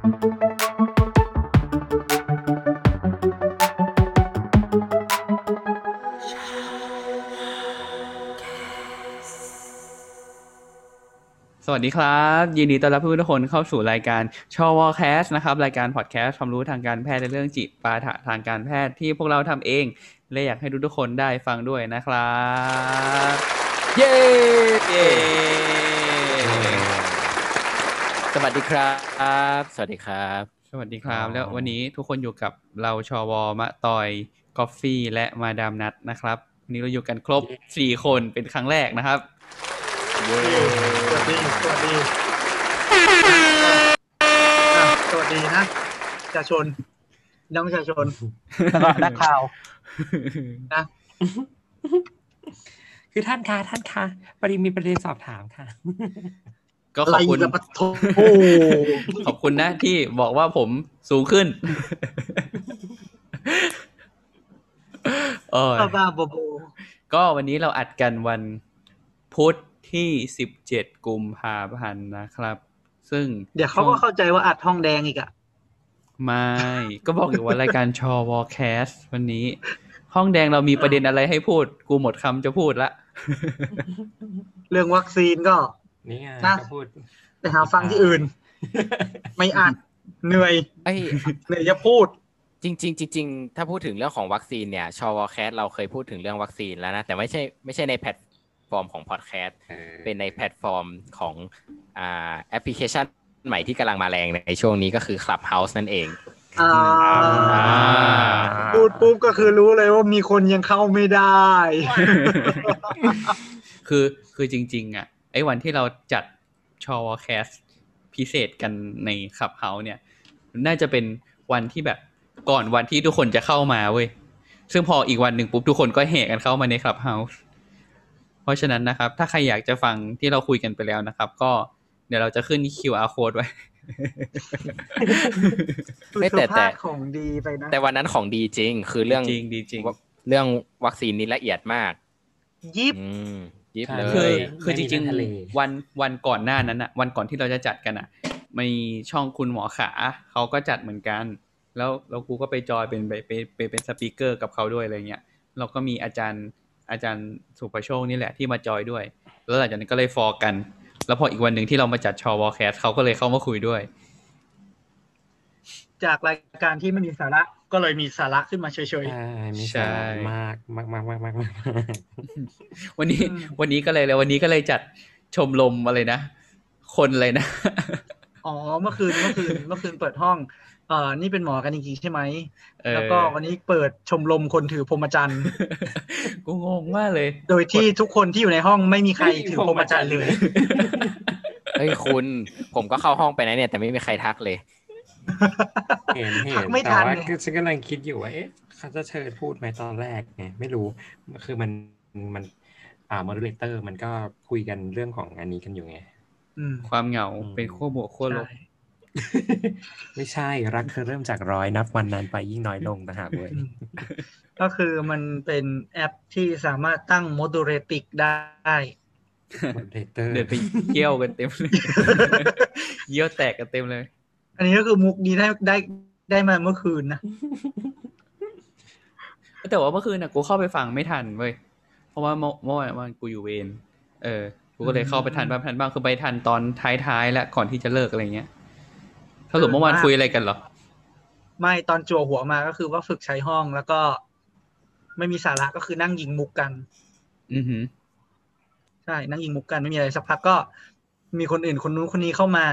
สวัสดีครับยินดีต้อนรับทุกคนเข้าสู่รายการชวแคสนะครับรายการพอดแคสต์ความรู้ทางการแพทย์ในเรื่องจิปาถะทางการแพทย์ที่พวกเราทำเองและอยากให้ทุกคนได้ฟังด้วยนะครับเย้เย้สวัสดีครับสวัสดีครับสวัสดีครับแล้ววันนี้ทุกคนอยู่กับเราชวมะตอยกอฟฟี่และมาดามนัทนะครับวันนี้เราอยู่กันครบ4คนเป็นครั้งแรกนะครับเย้สวัสดีสวัสดีนะประชาชนน้องประชาชนแล้วก็นักข่าวนะคือท่านคะมีประเด็นสอบถามค่ะก็ขอบคุณขอบคุณนะที่บอกว่าผมสูงขึ้นบ้าโบก็วันนี้เราอัดกันวันพุธที่17กุมภาพันธ์นะครับซึ่งเดี๋ยวเขาก็เข้าใจว่าอัดห้องแดงอีกอ่ะไม่ก็บอกอยู่ว่ารายการชวแคสวันนี้ห้องแดงเรามีประเด็นอะไรให้พูดกูหมดคำจะพูดละเรื่องวัคซีนก็นี่ไงก็พูดไปหาฟังที่อื่นไม่อัดเหนื่อยจะพูดจริงถ้าพูดถึงเรื่องของวัคซีนเนี่ยชวแคสเราเคยพูดถึงเรื่องวัคซีนแล้วนะแต่ไม่ใช่ในแพลตฟอร์มของพอดแคสต์เป็นในแพลตฟอร์มของแอปพลิเคชันใหม่ที่กำลังมาแรงในช่วงนี้ก็คือ Clubhouse นั่นเองพูดปุ๊บก็คือรู้เลยว่ามีคนยังเข้าไม่ได้คือจริงๆอ่ะไอ้วันที่เราจัดชวแคสพิเศษกันใน Clubhouse เนี่ยน่าจะเป็นวันที่แบบก่อนวันที่ทุกคนจะเข้ามาเว้ยซึ่งพออีกวันหนึ่งปุ๊บทุกคนก็แห่กันเข้ามาใน Clubhouse เพราะฉะนั้นนะครับถ้าใครอยากจะฟังที่เราคุยกันไปแล้วนะครับก็เดี๋ยวเราจะขึ้น QR code ไว้แต่ของดีไปนะแต่วันนั้นของดีจริงคือเรื่องดีจริงเรื่องวัคซีนนี่ละเอียดมากยิบเลยคือจริงๆวันก่อนหน้านั้นอ่ะวันก่อนที่เราจะจัดกันอ่ะมีช่องคุณหมอขาเขาก็จัดเหมือนกันแล้วกูก็ไปจอยเป็นสปีกเกอร์กับเขาด้วยอะไรเงี้ยเราก็มีอาจารย์สุภโชคนี่แหละที่มาจอยด้วยแล้วหลังจากนั้นก็เลยฟอร์กันแล้วพออีกวันหนึ่งที่เรามาจัดชวแคสเขาก็เลยเข้ามาคุยด้วยจากรายการที่ไม่มีสาระก็เลยมีสาระขึ้นมาเฉยๆมีสาระมากวันนี้ก็เลยจัดชมรมอะไรนะคนอะไรนะอ๋อเมื่อคืนเปิดห้องนี่เป็นหมอกันจริงๆใช่ไหมแล้วก็วันนี้เปิดชมรมคนถือพรหมจรรย์กูงงมากเลยโดยที่ทุกคนที่อยู่ในห้องไม่มีใครถือพรหมจรรย์เลยเฮ้ยคุณผมก็เข้าห้องไปนะเนี่ยแต่ไม่มีใครทักเลยเห็นแต่ว่าฉันกำลังคิดอยู่ว่าเอ๊ะเขาจะเชิญพูดไหมตอนแรกไงไม่รู้คือมันโมเดเลเตอร์มันก็คุยกันเรื่องของอันนี้กันอยู่ไงความเหงาเป็นขั้วบวกขั้วลบไม่ใช่รักเธอเริ่มจาก100นับวันนั้นไปยิ่งน้อยลงนะฮะเว้ยก็คือมันเป็นแอปที่สามารถตั้งโมดูเรติกได้โมเดเลเตอร์เดินไปเยี่ยวกันเต็มเลยเยี่ยวแตกกันเต็มเลยอันนี้ก็คือมุกนี้ได้มาเมื่อคืนนะแต่ว่าเมื่อคืนน่ะกูเข้าไปฟังไม่ทันเว้ยเพราะว่าเมื่อวานกูอยู่เวรกูก็เลยเข้าไปทันบ้างคือไปทันตอนท้ายๆและก่อนที่จะเลิกอะไรเงี้ยสรุปเมื่อวานคุยอะไรกันเหรอไม่ตอนจั่วหัวมาก็คือว่าฝึกใช้ห้องแล้วก็ไม่มีสาระก็คือนั่งยิงมุกกันใช่นั่งยิงมุกกันไม่มีอะไรสักพักก็มีคนอื่นคนนู้นคนนี้เข้ามา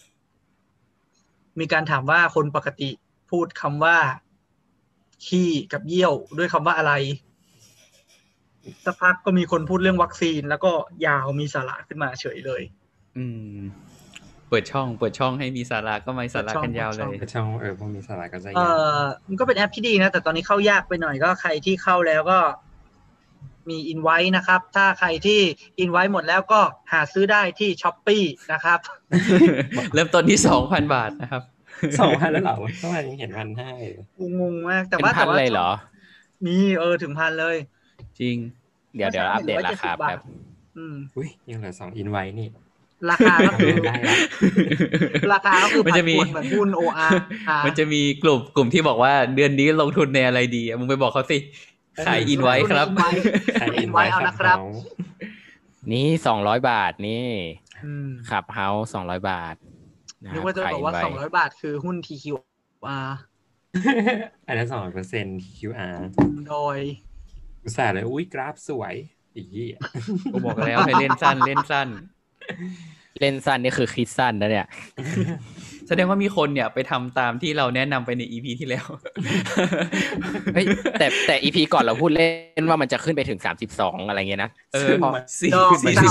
มีการถามว่าคนปกติพูดคำว่าขี้กับเยี่ยวด้วยคำว่าอะไรสักพักก็มีคนพูดเรื่องวัคซีนแล้วก็ยาวมีสาระขึ้นมาเฉยเลยเปิดช่องให้มีสาระก็มีสาระกันยาวเลยเปิดช่องพอมีสาระก็จะมันก็เป็นแอปที่ดีนะแต่ตอนนี้เข้ายากไปหน่อยก็ใครที่เข้าแล้วก็มีอินไว้นะครับถ้าใครที่อินไว้หมดแล้วก็หาซื้อได้ที่ Shopee นะครับเริ่มต้นที่ 2,000 บาทนะครับ 2,000 แล้วเหรอเมื่อวานยังเห็น1,500 งงมากแต่ว่าเลยเหรอมีถึง 1,000 เลยจริงเดี๋ยวอัปเดตราคาแป๊บอุ้ยยังเหลือ2อินไว้นี่ราคาก็คือได้ละราคาก็คือมันผันจะมีผวนเหมือนหุ้น OR มันจะมีกลุ่มที่บอกว่าเดือนนี้ลงทุนในอะไรดีมึงไปบอกเขาสิขายอินไว้ครับใช้อินไว้เอานะครับนี่200 บาทนี่อืมขับเฮาส์200 บาทนะนึคกรับว่าจะขายบอกอินว่าไว้ 200 บาทคือหุ้น TQR อันนั้น2% QR โดยอุตส่าห์เลยอุ้ยกราฟสวยอีกกูบอกแล้วให้เล่นสั้นเล่นสั้นเล่นสั้นนี่คือคิดสั้นนะเนี่ยแสดงว่ามีคนเนี่ยไปทำตามที่เราแนะนำไปใน EP ที่แล้วเฮ้ยแต่ EP ก่อนเราพูดเล่นว่ามันจะขึ้นไปถึง32อะไรเงี้ยนะเออสี่ดอกสี่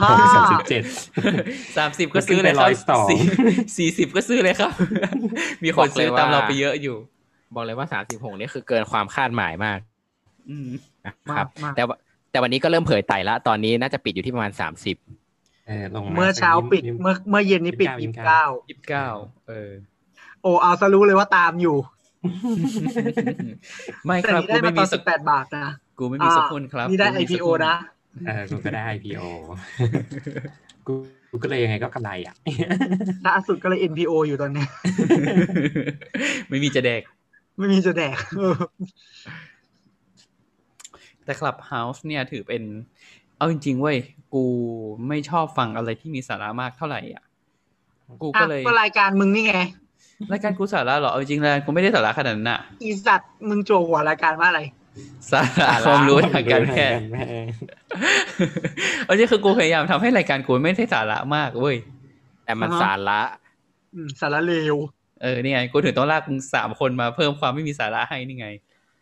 35 30ก็ซื้อเลยครับ40ก็ซื้อเลยครับ มีคนซื้อตามเราไปเยอะอยู่บอกเลยว่า36นี่คือเกินความคาดหมายมากอืมนะครับมากแต่วันนี้ก็เริ่มเผยไต่ละตอนนี้น่าจะปิดอยู่ที่ประมาณ30 ลงมาเมื่อเช้าปิดเมื่อเย็นนี้ปิด 29 29 โอ้เอาซะรู้เลยว่าตามอยู่ไม่แต่ครับนี่ได้มาตอน18 บาทนะกูไม่มีสักคนครับนี่ได้กูม่มีสัก IPO คนนะกูก็ได้ IPO กูก็เลยยังไงก็กำไรอ่ะล่าสุดก็เลย NPO อยู่ตอนเนี้ยไม่มีจะแดกไม่มีจะแดกแต่ Clubhouse เนี่ยถือเป็นเอาจริงๆเว้ยกูไม่ชอบฟังอะไรที่มีสาระมากเท่าไหร่อ่ะกูก็เลยก็รายการมึงนี่ไงรายการกูสาระเหรอเอาจริงๆแล้วกูไม่ได้สาระขนาดนั้นน่ะอีสัตว์มึงโจหัวรายการว่าอะไรสาระความรู้ทางการแพทย์เอาจริงคือกูพยายามทำให้รายการกูไม่ได้สาระมากเว้ยแต่มันสาระสาระเลวนี่ไงกูถึงต้องลากมึง3 คนมาเพิ่มความไม่มีสาระให้นี่ไง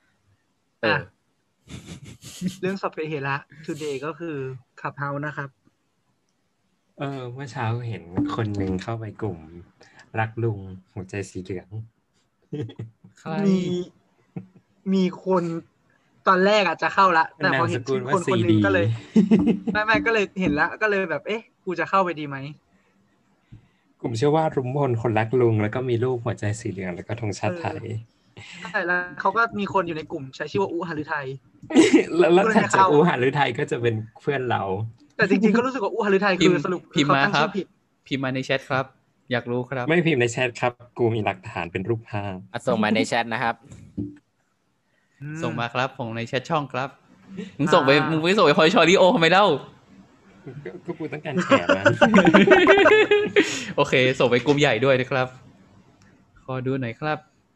เรื่องสัพเพเหระ today ก็คือ Clubhouse นะครับเมื่อเช้าเห็นคนหนึ่งเข้าไปกลุ่มรักลุงหัวใจสีเหลืองใครมีคนตอนแรกจะเข้าละแต่พอเห็นชื่อคนคนนึงก็เลยไม่ก็เลยเห็นแล้วก็เลยแบบกูจะเข้าไปดีไหมกลุ่มชื่อว่ารุมพลคนรักลุงแล้วก็มีรูปหัวใจสีเหลืองแล้วก็ธงชาติไทยใช่แล้วเขาก็มีคนอยู่ในกลุ่มใช้ชื่อว่าอุหฤทัยแล้วถัดจากอูหฤทัยก็จะเป็นเพื่อนเราแต่จริงๆก็รู้สึกว่าอุหฤทัยคือสรุปพิมพ์มาครับผิดพิมพ์มาในแชทครับ อยากรู้ครับไม่พิมพ์ในแชทครับกูมีหลักฐานเป็นรูปภาพส่งมาในแชทนะครับส่งมาครับของในแชทช่องครับมึงส่งไปพอยชอริโอทำไมเล่าก็กูต้องการแฉมันโอเคส่งไปกลุ่มใหญ่ด้วยนะครับขอดูหน่อยครับ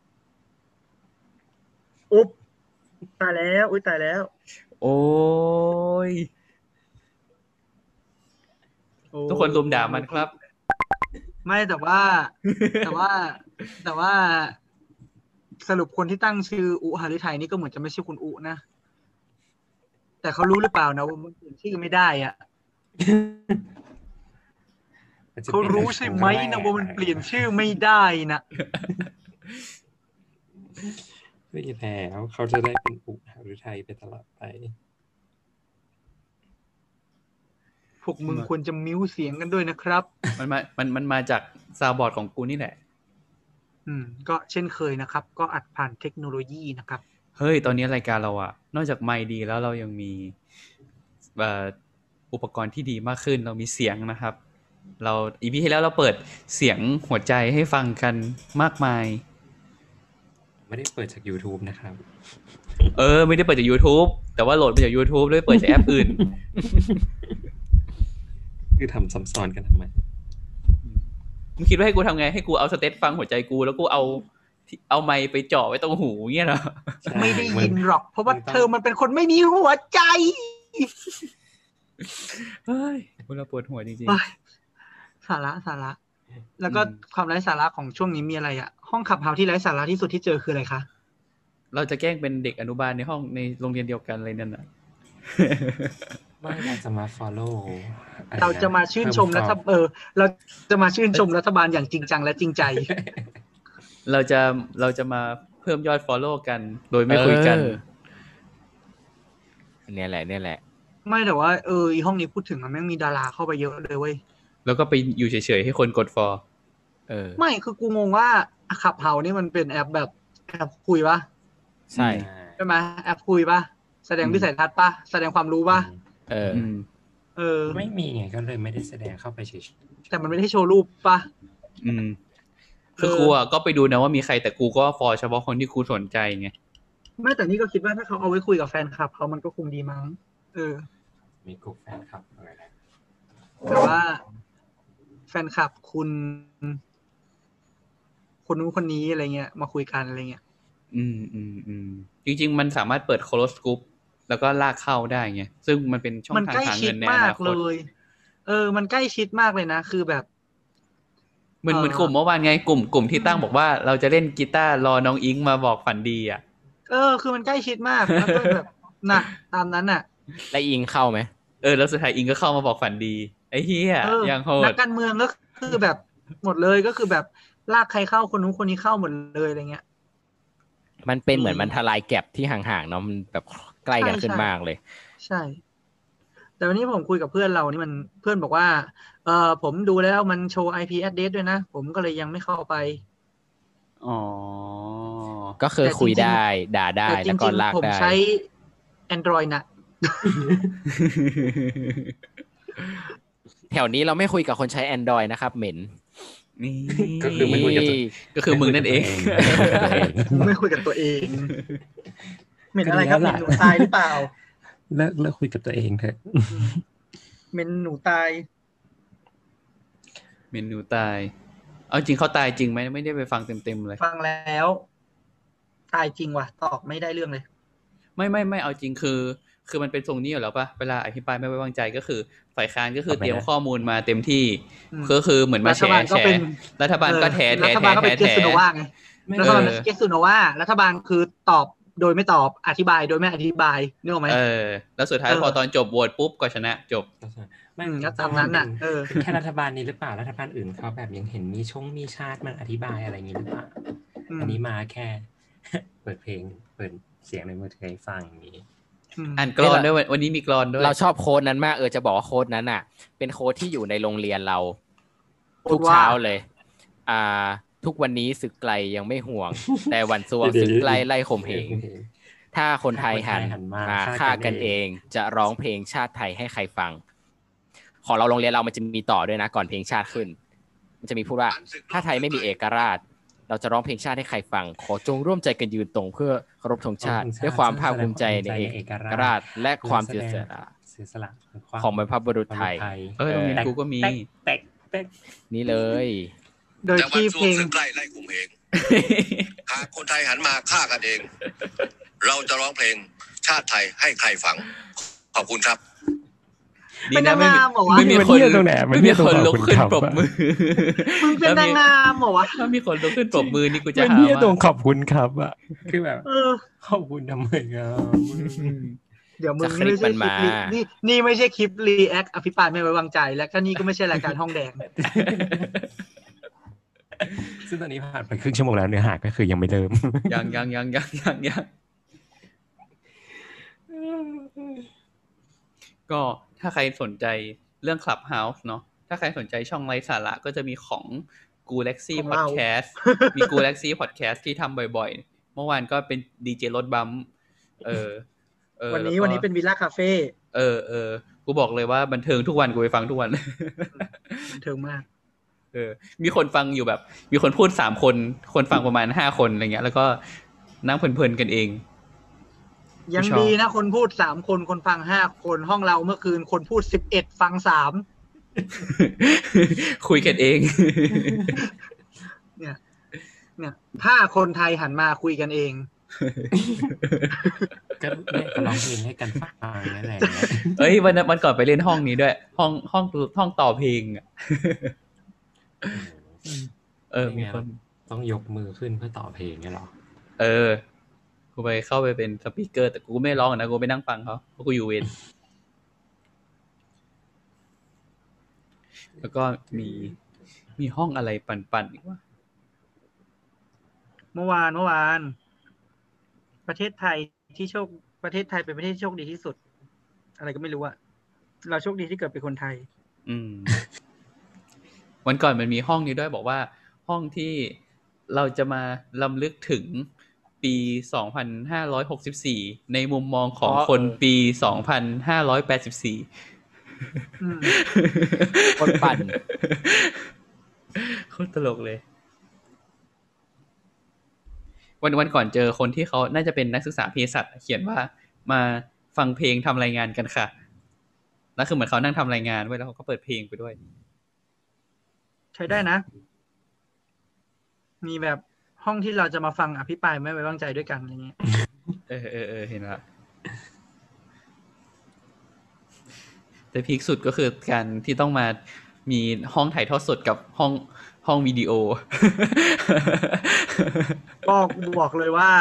อุ๊บตายแล้วอุ๊ยตายแล้วโอ้ยทุกคนรุมด่ามันครับไม่แต่ว่าสรุปคนที่ตั้งชื่ออุหฤทัยนี่ก็เหมือนจะไม่ใช่คุณอุนะแต่เขารู้หรือเปล่านะว่ามันเปลี่ยนชื่อไม่ได้อ่ะเขารู้ใช่ไหมนะว่ามันเปลี่ยนชื่อไม่ได้นะไม่แล้วเขาจะได้เป็นอุหฤทัยไปตลอดไปพวกมึงควรจะมิวเสียงกันด้วยนะครับมันมาจากซาวด์บอร์ดของกูนี่แหละก็เช่นเคยนะครับก็อัดผ่านเทคโนโลยีนะครับเฮ้ยตอนนี้รายการเราอะนอกจากไมค์ดีแล้วเรายังมีอุปกรณ์ที่ดีมากขึ้นเรามีเสียงนะครับเราอีพีที่แล้วเราเปิดเสียงหัวใจให้ฟังกันมากมายไม่ได้เปิดจาก YouTube นะครับไม่ได้เปิดจาก YouTube แต่ว่าโหลดมาจาก YouTube ด้วยเปิดจากแอปอื่นคือทำซ้ำซ้อนกันทำไมมึงคิดว่าให้กูทำไงให้กูเอาสเตตฟังหัวใจกูแล้วกูเอาไมค์ไปเจาะไว้ตรงหูเงี้ยเหรอไม่ได้ยินหรอกเพราะว่าเธอมันเป็นคนไม่มีหัวใจเฮ้ยกูปวดหัวจริงๆสาระแล้วก็ความไร้สาระของช่วงนี้มีอะไรอะห้องขับเฮาที่ไร้สาระที่สุดที่เจอคืออะไรคะเราจะแกล้งเป็นเด็กอนุบาลในห้องในโรงเรียนเดียวกันเลยนั่นน่ะไม่เราจะมา follow เราจะมาชื่นชมรัฐเราจะมาชื่นชมรัฐบาลอย่างจริงจังและจริงใจเราจะมาเพิ่มยอด follow กันโดยไม่คุยกันเนี่ยแหละไม่แต่ว่าห้องนี้พูดถึงแม่งมีดาราเข้าไปเยอะเลยเว้ยแล้วก็ไปอยู่เฉยๆให้คนกด for ไม่คือกูงงว่าขับเฮานี่มันเป็นแอปแบบแอปคุยปะใช่ไหมแอปคุยปะแสดงวิสัยทัศน์ปะแสดงความรู้ปะไม่มีไงก็เลยไม่ได้แสดงเข้าไปเฉแต่มันไม่ได้โชว์รูปปะคือกูก็ไปดูนะว่ามีใครแต่กูก็ฟอร์เฉพาะคนที่กูสนใจไงไม่แต่นี่ก็คิดว่าถ้าเขาเอาไว้คุยกับแฟนคลับเขามันก็คงดีมั้งมีกลุ่มแฟนคลับอะไรนะแต่ว่าแฟนคลับคุณคนนู้นคนนี้อะไรเงี้ยมาคุยกันอะไรเงี้ยจริงๆมันสามารถเปิดโคโลสกูปแล้วก็ลากเข้าได้ไงซึ่งมันเป็นช่องทางหาเงินในอนาคตมันใกล้ชิดมากเลยนะคือแบบเหมือนกลุ่มเมื่อวานไงกลุ่มที่ตั้งบอกว่าเราจะเล่นกีตาร์รอน้องอิงมาบอกฝันดีอ่ะคือมันใกล้ชิดมากแล้วก็แบบน่ะตามนั้นน่ะแล้วอิงเข้าไหมแล้วสุดท้ายอิงก็เข้ามาบอกฝันดีไอ้เหี้ยยังโหดนักการเมืองก็คือแบบหมดเลยก็คือแบบลากใครเข้าคนนู้นคนนี้เข้าหมดเลยอะไรเงี้ยมันเป็นเหมือนมันทลายแก็ปที่ห่างๆเนาะมันแบบใกล้กันขึ้นมากเลยใช่แต่วันนี้ผมคุยกับเพื่อนเรานี่มันเพื่อนบอกว่าผมดูแล้วมันโชว์ IP address ด้วยนะผมก็เลยยังไม่เข้าไปก็คือคุยได้ด่าได้แล้วก็ลากได้ผมใช้ Android นะแถวนี้เราไม่คุยกับคนใช้ Android นะครับเหม็นนี่ก็คือไม่คุยกับก็คือมึงนั่นเองไม่คุยกับตัวเองเหม็นอะไรครับเหม็นหนูตายหรือเปล่าเลิกคุยกับตัวเองเถอะเหม็นหนูตายเมนูตายเอาจริงเขาตายจริงไหมไม่ได้ไปฟังเต็มๆเลยฟังแล้วตายจริงว่ะตอบไม่ได้เรื่องเลยไม่เอาจริงคือมันเป็นทรงนี้อยู่แล้วป่ะเวลาอภิปรายไม่ไว้วางใจก็คือฝ่ายค้านก็คือเตรียมข้อมูลมาเต็มที่ก็คือเหมือนมาแชร์รัฐบาลก็แถรัฐบาลก็เป็นเกสโนวาไงรัฐบาลเป็นเกสโนวารัฐบาลคือตอบโดยไม่ตอบอธิบายโดยไม่อธิบายนึกออกไหมแล้วสุดท้ายพอตอนจบโหวตปุ๊บก็ชนะจบก็ตามนั้นน่ะแค่รัฐบาลนี้หรือเปล่ารัฐบาลอื่นเขาแบบยังเห็นมีชาติมันอธิบายอะไรอย่างนี้หรือเปล่าอันนี้มาแค่เปิดเพลงเปิดเสียงในมือถือให้ฟังอย่างนี้อ่านกลอนด้วยวันนี้มีกลอนด้วยเราชอบโค้ดนั้นมากจะบอกว่าโค้ดนั้นน่ะเป็นโค้ดที่อยู่ในโรงเรียนเราทุกเช้าเลยทุกวันนี้ศึกไกลยังไม่ห่วงแต่วันซวงศึกไกลไล่ข่มเหงถ้าคนไทยหันมาฆ่ากันเองจะร้องเพลงชาติไทยให้ใครฟังของเราโรงเรียนเรามันจะมีต่อด้วยนะก่อนเพลงชาติขึ้นมันจะมีพูดว่าถ้าไทยไม่มีเอกราชเราจะร้องเพลงชาติให้ใครฟังขอจงร่วมใจกันยืนตรงเพื่อเคารพธงชาติด้วยความภาคภูมิใจในเอกราชและความเสียสละของบรรพบุรุษไทยตรงนี้กูก็มีนี่เลยโดยที่เพลงใกล้ไล่ข่มเหงหากคนไทยหันมาฆ่ากันเองเราจะร้องเพลงชาติไทยให้ใครฟังขอบคุณครับเป็นนางงามเหรอวะไม่มีคนลุกขึ้นปรบมือมึงเป็นนางงามเหรอวะถ้ามีคนลุกขึ้นปรบมือนี่กูจะหาว่าตรงขอบคุณครับอ่ะคือแบบขอบคุณทำไมเดี๋ยวมึงไม่ใช่คลิปนี่ไม่ใช่คลิปรีแอคอภิปรายไม่ไว้วางใจและก็นี่ก็ไม่ใช่รายการห้องแดงซึ่งตอนนี้ผ่านไปครึ่งชั่วโมงแล้วเนื้อหาก็คือยังไม่เริ่มยังก็ถ้าใครสนใจเรื่อง Clubhouse เนาะถ้าใครสนใจช่องไร้สาระก็จะมีของ Galaxy Podcast มี Galaxy Podcast ที่ทำบ่อยๆเมื่อวานก็เป็นดีเจรถบัมวันนี้เป็นวิลล่าคาเฟ่กูบอกเลยว่าบันเทิงทุกวันกูไปฟังทุกวันบันเทิงมากมีคนฟังอยู่แบบมีคนพูด3คนฟังประมาณ5คนอะไรเงี้ยแล้วก็นั่งเพลินๆกันเองยังดีนะคนพูด3คนคนฟัง5คนห้องเราเมื่อคืนคนพูด11ฟัง 3คุยกันเองเนี่ยถ้าคนไทยหันมาคุยกันเองก็ร้องเพลงให้กันฟังนั่นแหละวันก่อนไปเล่นห้องนี้ด้วยห้องต่อเพลงอ่ะมีคนต้องยกมือขึ้นเพื่อต่อเพลงเนี่ยหรอกูไปเข้าไปเป็นสปีกเกอร์แต่กูไม่ร้องนะกูไปนั่งฟังเขาเพราะกูอยู่เวรแล้วก็มีห้องอะไรปั่นอีกวะเมื่อวานประเทศไทยประเทศไทยเป็นประเทศที่โชคดีที่สุดอะไรก็ไม่รู้อะเราโชคดีที่เกิดเป็นคนไทยวันก่อนมันมีห้องนี้ด้วยบอกว่าห้องที่เราจะมาล้ำลึกถึงปี2564ในมุมมองของคนปี2584 คนปั่นโคตรตลกเลยวันก่อนเจอคนที่เขาน่าจะเป็นนักศึกษาเภสัชเขียนว่ามาฟังเพลงทำรายงานกันค่ะแล้วคือเหมือนเขานั่งทำรายงานไว้แล้วเขาก็เปิดเพลงไปด้วยใช้ได้นะมีแบบห้องที่เราจะมาฟังอภิปรายไม่ไว้วางใจด้วยกันอะไรเงี้ยเห็นละแต่พีคสุดก็คือการที่ต้องมามีห้องถ่ายทอดสดกับห้องวิดีโอบอกเลยว่า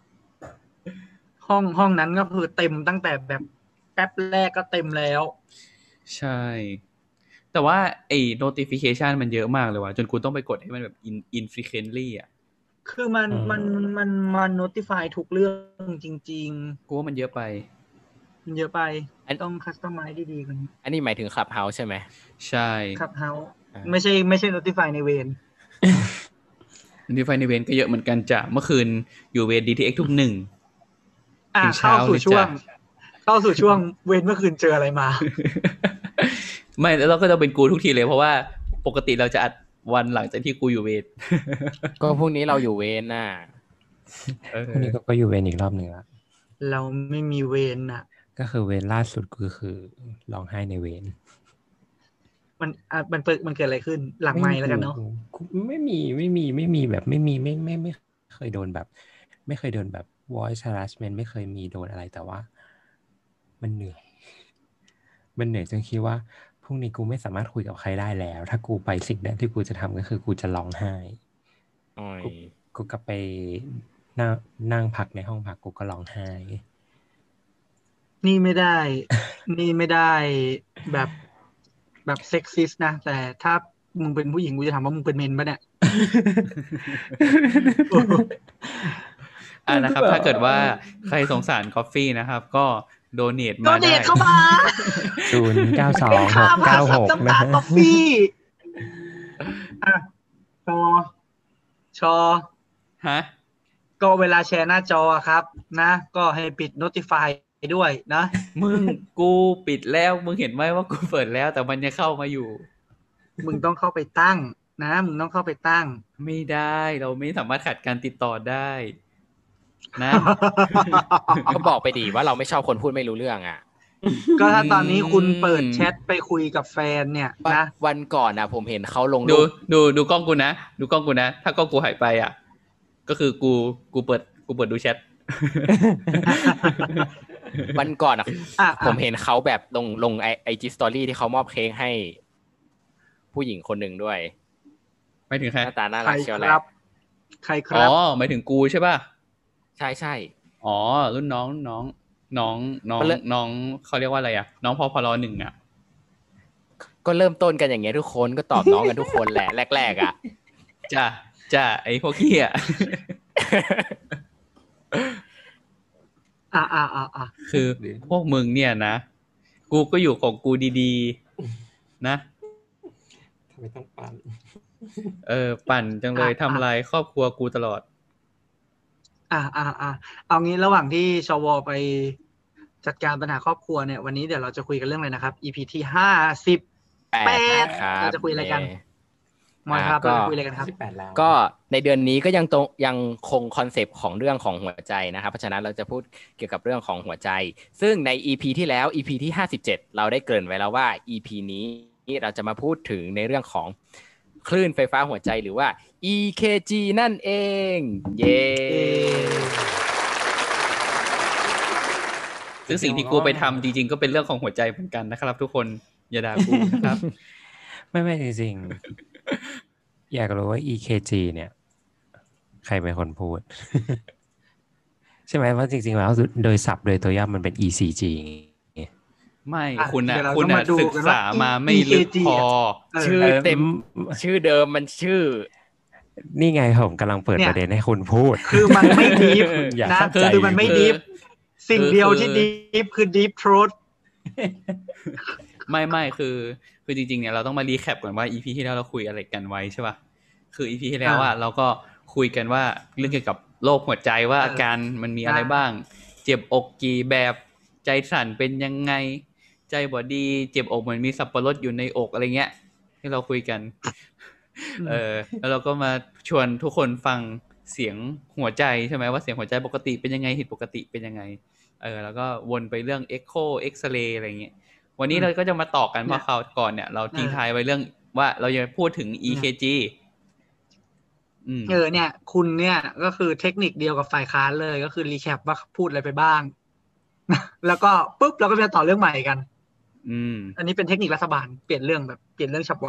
ห้องนั้นก็คือเต็มตั้งแต่แบบแป๊บแรกก็เต็มแล้วใช่แต่ว่าไอ้ notification มันเยอะมากเลยว่ะจนกูต้องไปกดให้มันแบบ infrequently อ่ะคือมัน notify ทุกเรื่องจริงๆกูว่ามันเยอะไปต้อง customize ดีๆกันอันนี้หมายถึง Clubhouse ใช่ไหมใช่ Clubhouse ไม่ใช่ notify ในเวร notify ในเวรก็เยอะเหมือนกันจ้ะเมื่อคืนอยู่เวร DTX ทุก1 เข้าสู่ช่วงเวรเมื่อคืนเจออะไรมาไม่แล้วเราก็จะเป็นกูทุกทีเลยเพราะว่าปกติเราจะอัดวันหลังจากที่กูอยู่เวรก็พรุ่งนี้เราอยู่เวรน่ะพรุ่งนี้ก็อยู่เวรอีกรอบนึงละเราไม่มีเวรน่ะก็คือเวรล่าสุดคือร้องไห้ในเวรมันเกิดอะไรขึ้นหลังไมค์แล้วกันเนาะไม่มีแบบไม่เคยโดนแบบไม่เคยโดนแบบ voice harassment ไม่เคยมีโดนอะไรแต่ว่ามันเหนื่อยจนคิดว่าพรุ่งนี้กูไม่สามารถคุยกับใครได้แล้วถ้ากูไปสิ่งแรกที่กูจะทำก็คือกูจะร้องไห้กูกลับไปนั่งพักในห้องพักกูก็ร้องไห้นี่ไม่ได้แบบเซ็กซิสนะแต่ถ้ามึงเป็นผู้หญิงกูจะถามว่ามึงเป็นเมนป่ะเนี่ยนะครับถ้าเกิดว่าใครสงสารกาแฟนะครับก็โดเนทมาได้เข้ามา 092696นะกาแฟชอฮะก็เวลาแชร์หน้าจอครับนะก็ให้ปิด notify ด้วยนะมึงกูปิดแล้วมึงเห็นไหมว่ากูเปิดแล้วแต่มันยังเข้ามาอยู่มึงต้องเข้าไปตั้งนะมึงต้องเข้าไปตั้งไม่ได้เราไม่สามารถขัดการติดต่อได้นะก็บอกไปดีว่าเราไม่ชอบคนพูดไม่รู้เรื่องอ่ะก็ถ้าตอนนี้คุณเปิดแชทไปคุยกับแฟนเนี่ยนะวันก่อนนะผมเห็นเขาลงดูกล้องกูนะถ้ากล้องกูหายไปอ่ะก็คือกูเปิดดูแชทวันก่อนผมเห็นเขาแบบลงIG Story ที่เขามอบเค้กให้ผู้หญิงคนหนึ่งด้วยหมายถึงใครหน้าตาน่ารักเชียวแหละใครครับหมายถึงกูใช่ป่ะใช่อ๋อรุ่นน้องเขาเรียกว่าอะไรอ่ะน้องพพล1อ่ะก็เริ่มต้นกันอย่างเงี้ยทุกคนก็ตอบน้องกันทุกคนแหละแรกๆอ่ะจ้ะไอ้พวกเหี้ยคือพวกมึงเนี่ยนะกูก็อยู่ของกูดีๆนะทำไมต้องปั่นปั่นจังเลยทำลายครอบครัวกูตลอดเอางี้ระหว่างที่ชวไปจัดการปัญหาครอบครัวเนี่ยวันนี้เดี๋ยวเราจะคุยกันเรื่องอะไรนะครับ EP ที่58เราจะคุยอะไรกันมอยครับเราคุยอะไรกันครับก็ในเดือนนี้ก็ยังคงคอนเซปต์ของเรื่องของหัวใจนะครับเพราะฉะนั้นเราจะพูดเกี่ยวกับเรื่องของหัวใจซึ่งใน EP ที่แล้ว EP ที่57เราได้เกริ่นไว้แล้วว่า EP นี้เราจะมาพูดถึงในเรื่องของคลื่นไฟฟ้าหัวใจหรือว่า EKG นั่นเองเย้ซึ่งสิ่งที่กูไปทำจริงๆก็เป็นเรื่องของหัวใจเหมือนกันนะครับทุกคนอย่าด่ากูนะครับไม่จริงๆอยากรู้ว่า EKG เนี่ยใครเป็นคนพูดใช่ไหมว่าจริงๆแล้วโดยศัพท์โดยตัวย่อมันเป็น ECG ไม่คุณศึกษามาไม่ลึกพอชื่อเต็มชื่อเดิมมันชื่อนี่ไงผมกำลังเปิดประเด็นให้คุณพูดคือมันไม่ดีฟนะคือมันไม่ดีฟสิ่งเดียวที่ดีฟคือ deep throat ไม่คือจริงๆเนี่ยเราต้องมารีแคปก่อนว่า EP ที่แล้วเราคุยอะไรกันไว้ใช่ป่ะคือ EP ที่แล้วอ่ะเราก็คุยกันว่าเรื่องเกี่ยวกับโรคหัวใจว่าอาการมันมีอะไรบ้างเจ็บอกกี่แบบใจสั่นเป็นยังไงใจบ่ดีเจ็บอกเหมือนมีสับปะรดอยู่ในอกอะไรเงี้ยที่เราคุยกันแล้วเราก็มาชวนทุกคนฟังเสียงหัวใจใช่ไหมว่าเสียงหัวใจปกติเป็นยังไงผิดปกติเป็นยังไงแล้วก็วนไปเรื่อง Echo X-ray อะไรเงี้ยวันนี้เราก็จะมาต่อกันเพราะคราวก่อนเนี่ยเราทิ้งท้ายไว้เรื่องว่าเราจะพูดถึง EKG เนี่ยคุณเนี่ยก็คือเทคนิคเดียวกับฝ่ายค้านเลยก็คือรีแคปว่าพูดอะไรไปบ้าง แล้วก็ปุ๊บเราก็จะต่อเรื่องใหม่กันอันนี้เป็นเทคนิครัฐบาลเปลี่ยนเรื่องฉับไว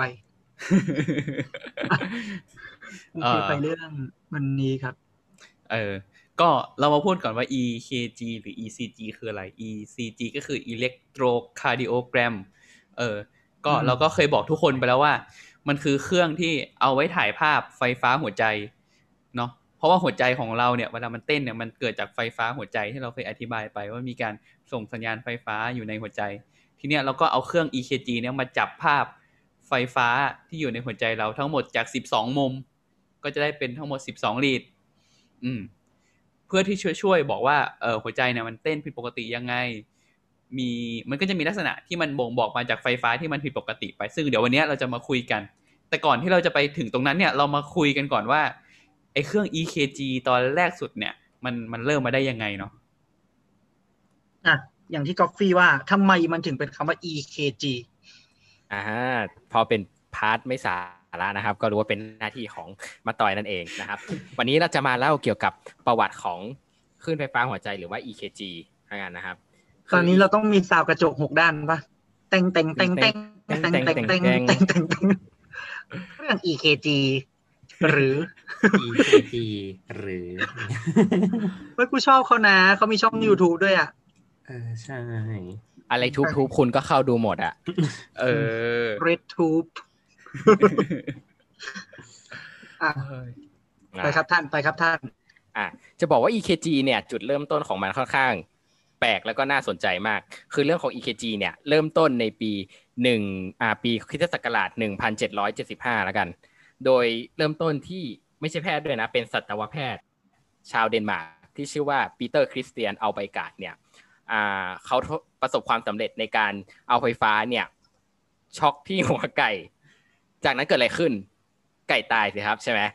ไปเรื่องวันนี้ครับก็เรามาพูดก่อนว่า EKG หรือ ECG คืออะไร ECG ก็คือ Electrocardiogram ก็เราก็เคยบอกทุกคนไปแล้วว่ามันคือเครื่องที่เอาไว้ถ่ายภาพไฟฟ้าหัวใจเนาะเพราะว่าหัวใจของเราเนี่ยเวลามันเต้นเนี่ยมันเกิดจากไฟฟ้าหัวใจที่เราเคยอธิบายไปว่ามีการส่งสัญญาณไฟฟ้าอยู่ในหัวใจทีเนี้ยเราก็เอาเครื่อง EKG เนี่ยมาจับภาพไฟฟ้าที่อยู่ในหัวใจเราทั้งหมดจาก12มุมก็จะได้เป็นทั้งหมด12ลีดเพื่อที่ช่วยบอกว่าหัวใจเนี่ยมันเต้นผิดปกติยังไงมันก็จะมีลักษณะที่มันบ่งบอกมาจากไฟฟ้าที่มันผิดปกติไปซึ่งเดี๋ยววันนี้เราจะมาคุยกันแต่ก่อนที่เราจะไปถึงตรงนั้นเนี่ยเรามาคุยกันก่อนว่าไอ้เครื่อง EKG ตอนแรกสุดเนี่ยมันเริ่มมาได้ยังไงเนาะอย่างที่กอฟฟี่ว่าทำไมมันถึงเป็นคำว่า EKG พอเป็นพาร์ทไม่สาระนะครับก็รู้ว่าเป็นหน้าที่ของมาต่อยนั่นเองนะครับ วันนี้เราจะมาเล่าเกี่ยวกับประวัติของคลื่นไฟฟ้าหัวใจหรือว่า EKG นะครับตอนนี้เราต้องมีซาวกระจก6ด้านป่ะเต็งเต็งเต็งเต็งเต็งเต็งเต็งเต็งเต็งเต็งเต็งเต็งเรื่อง EKG หรือ EKG หรือเฮ้ยกูชอบเขานะเขามีช่อง YouTube ด้วยใช่อะไรทุบคุณก็เข้าดูหมด RedTube ไปครับท่านจะบอกว่า EKG เนี่ยจุดเริ่มต้นของมันค่อนข้างแปลกแล้วก็น่าสนใจมากคือเรื่องของ EKG เนี่ยเริ่มต้นในปีปีคริสตศักราช1775แล้วกันโดยเริ่มต้นที่ไม่ใช่แพทย์ด้วยนะเป็นสัตวแพทย์ชาวเดนมาร์กที่ชื่อว่าปีเตอร์คริสเตียนอัลไบการ์ดเนี่ยเขาประสบความสำเร็จในการเอาไฟฟ้าเนี่ยช็อกที่หัวไก่จากนั้นเกิดอะไรขึ้นไก่ตายสิครับใช่ไหม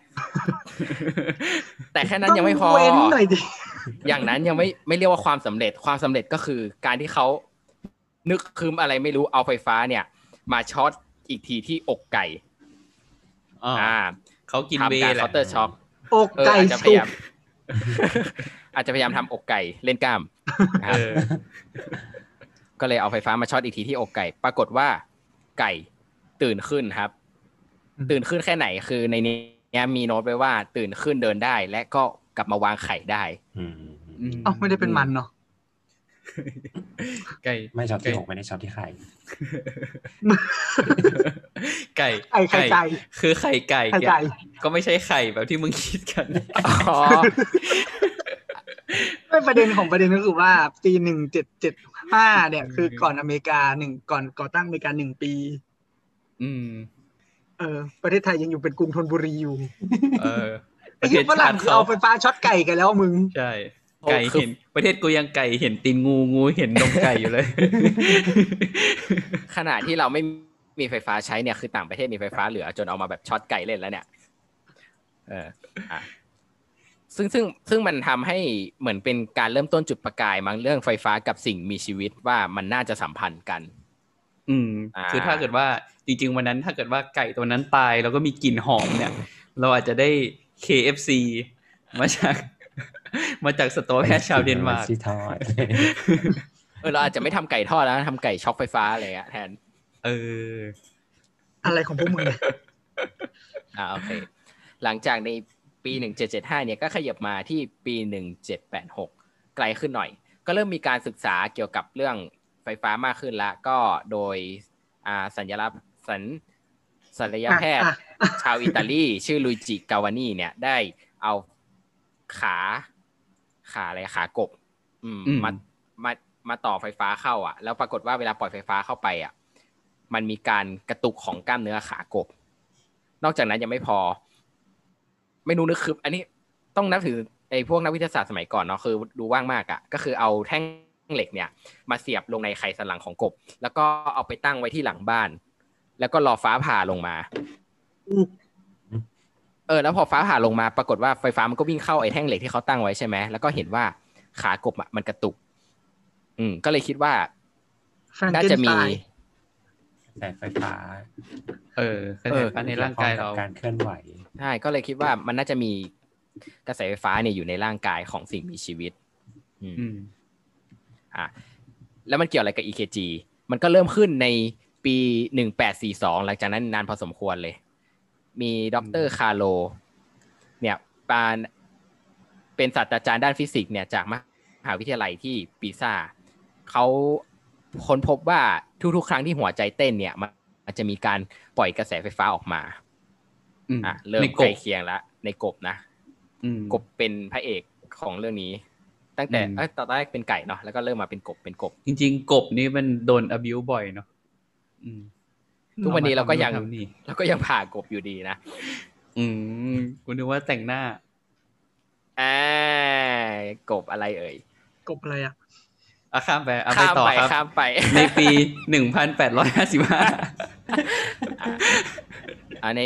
แต่แค่นั้นยังไม่พออย่างนั้นยังไม่เรียกว่าความสำเร็จก็คือการที่เขานึกคืมอะไรไม่รู้เอาไฟฟ้าเนี่ยมาช็อตอีกทีที่อกไก่เขากินเบย์แหละเคาน์เตอร์ช็อคอกไก่อาจจะพยายามทำอกไก่เล่นกล้ามก็เลยเอาไฟฟ้ามาช็อตอีกทีที่อกไก่ปรากฏว่าไก่ตื่นขึ้นครับตื่นขึ้นแค่ไหนคือในนี้มีโน้ตไว้ว่าตื่นขึ้นเดินได้และก็กลับมาวางไข่ได้ไม่ได้เป็นมันเนาะไก่ไม่ช็อตที่อกไม่ได้ช็อตที่ไข่ไก่คือไข่ไก่ก็ไม่ใช่ไข่แบบที่มึงคิดกันไม่ประเด็นก็คือว่าปี1775เนี่ยคือก่อนอเมริกาก่อตั้งอเมริกา1ปีประเทศไทยยังอยู่เป็นกรุงธนบุรีอยู่ไอ้ฝรั่งเอาไฟฟ้าช็อตไก่กันแล้วมึงใช่ไก่เห็นประเทศกูยังไก่เห็นตีนงูเห็นนมไก่อยู่เลยขณะที่เราไม่มีไฟฟ้าใช้เนี่ยคือต่างประเทศมีไฟฟ้าเหลือจนเอามาแบบช็อตไก่เล่นแล้วเนี่ยซึ่งมันทำให้เหมือนเป็นการเริ่มต้นจุดประกายมั้งเรื่องไฟฟ้ากับสิ่งมีชีวิตว่ามันน่าจะสัมพันธ์กันคือถ้าเกิดว่าจริงๆวันนั้นถ้าเกิดว่าไก่ตัวนั้นตายแล้วก็มีกลิ่นหอมเนี่ยเราอาจจะได้ KFC มาจากสตอแพทย์ชาวเดนมาร์กเราอาจจะไม่ทำไก่ทอดแล้วทำไก่ช็อกไฟฟ้าอะไรอ่ะแทนอะไรของพวกมึงโอเคหลังจากในปี1775เนี่ยก็ขยับมาที่ปี1786ไกลขึ้นหน่อยก็เริ่มมีการศึกษาเกี่ยวกับเรื่องไฟฟ้ามากขึ้นแล้วก็โดยศัลยแพทย์ชาวอิตาลีชื่อลุยจิกาวานีเนี่ยได้เอาขากบมาต่อไฟฟ้าเข้าแล้วปรากฏว่าเวลาปล่อยไฟฟ้าเข้าไปมันมีการกระตุกของกล้ามเนื้อขากบนอกจากนั้นยังไม่พอไม่รู้นึกคืออันนี้ต้องนับถือไอ้พวกนักวิทยาศาสตร์สมัยก่อนเนาะคือดูว่างมากก็คือเอาแท่งเหล็กเนี่ยมาเสียบลงในไขสันหลังของกบแล้วก็เอาไปตั้งไว้ที่หลังบ้านแล้วก็รอฟ้าผ่าลงมาแล้วพอฟ้าผ่าลงมาปรากฏว่าไฟฟ้ามันก็วิ่งเข้าไอ้แท่งเหล็กที่เขาตั้งไว้ใช่ไหมแล้วก็เห็นว่าขากบมันกระตุกก็เลยคิดว่าน่าจะมีกระแสไฟฟ้ากระแสไฟฟ้าในร่างกายเราการเคลื่อนไหวใช่ก็เลยคิดว่ามันน่าจะมีกระแสไฟฟ้าเนี่ยอยู่ในร่างกายของสิ่งมีชีวิตแล้วมันเกี่ยวอะไรกับ EKG มันก็เริ่มขึ้นในปี1842หลังจากนั้นนานพอสมควรเลยมีดร.คาร์โลเนี่ยเป็นศาสตราจารย์ด้านฟิสิกส์เนี่ยจากมหาวิทยาลัยที่ปิซ่าเขาค้นพบว่าทุกๆครั้งที่หัวใจเต้นเนี่ยมันจะมีการปล่อยกระแสไฟฟ้าออกมาเริ่มใกล้เคียงแล้วในกบนะกบเป็นพระเอกของเรื่องนี้ตั้งแต่ตอนแรกเป็นไก่เนาะแล้วก็เริ่มมาเป็นกบจริงๆกบนี่มันโดน abuse บ่อยเนาะทุกวันนี้เราก็ยังผ่ากบอยู่ดีนะคุณนึกว่าแต่งหน้ากบอะไรเอ่ยกบอะไรอ่ะข้ามไปเอาไปต่อครับข้ามไปในปี1855 ใน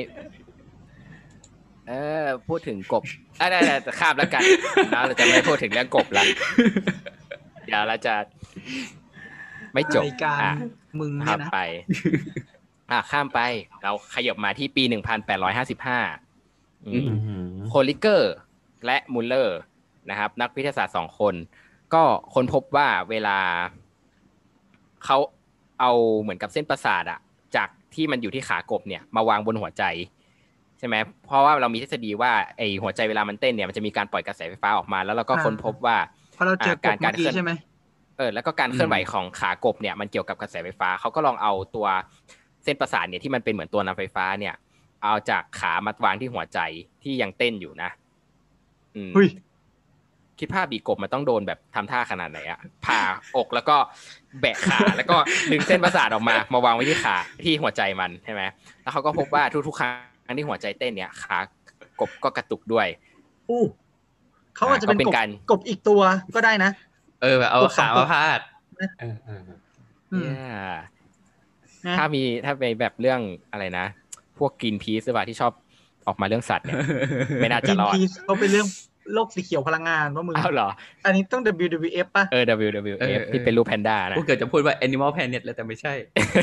พูดถึงกบได้ข้ามแล้วกันเราจะไม่พูดถึงเรื่องกบละเดี๋ยวเราจะไม่จบมึงข้ามไปข้ามไปเราขยับมาที่ปี1855โคลิเกอร์และมุลเลอร์นะครับนักวิทยาศาสตร์2คนก็ค้นพบว่าเวลาเขาเอาเหมือนกับเส้นประสาทจากที่มันอยู่ที่ขากบเนี่ยมาวางบนหัวใจใช่ไหมเพราะว่าเรามีทฤษฎีว่าไอหัวใจเวลามันเต้นเนี่ยมันจะมีการปล่อยกระแสไฟฟ้าออกมาแล้วเราก็ค้นพบว่าการเคลื่อนใช่ไหมแล้วก็การเคลื่อนไหวของขากบเนี่ยมันเกี่ยวกับกระแสไฟฟ้าเขาก็ลองเอาตัวเส้นประสาทเนี่ยที่มันเป็นเหมือนตัวนำไฟฟ้าเนี่ยเอาจากขามาวางที่หัวใจที่ยังเต้นอยู่นะคิดภาพบีกบมันต้องโดนแบบทำท่าขนาดไหนผ่าอกแล้วก็แบะขาแล้วก็ดึงเส้นประสาทออกมาวางไว้ที่ขาที่หัวใจมันใช่ไหมแล้วเขาก็พบว่าทุกๆครั้งที่หัวใจเต้นเนี่ยขากบก็กระตุกด้วยเขาอาจจะเป็นกบอีกตัวก็ได้นะแบบเอาขามาพาดถ้าไปแบบเรื่องอะไรนะพวกกินพีซหรือเปล่าที่ชอบออกมาเรื่องสัตว์เนี่ยไม่น่าจะรอดเขาเป็นเรื่องโลกสีเขียวพลังงานว่ามึงเหรออันนี้ต้อง WWF ป่ะ WWF ที่เป็นรูปแพนด้านะกูเกิดจะพูดว่า Animal Planet แล้วแต่ไม่ใช่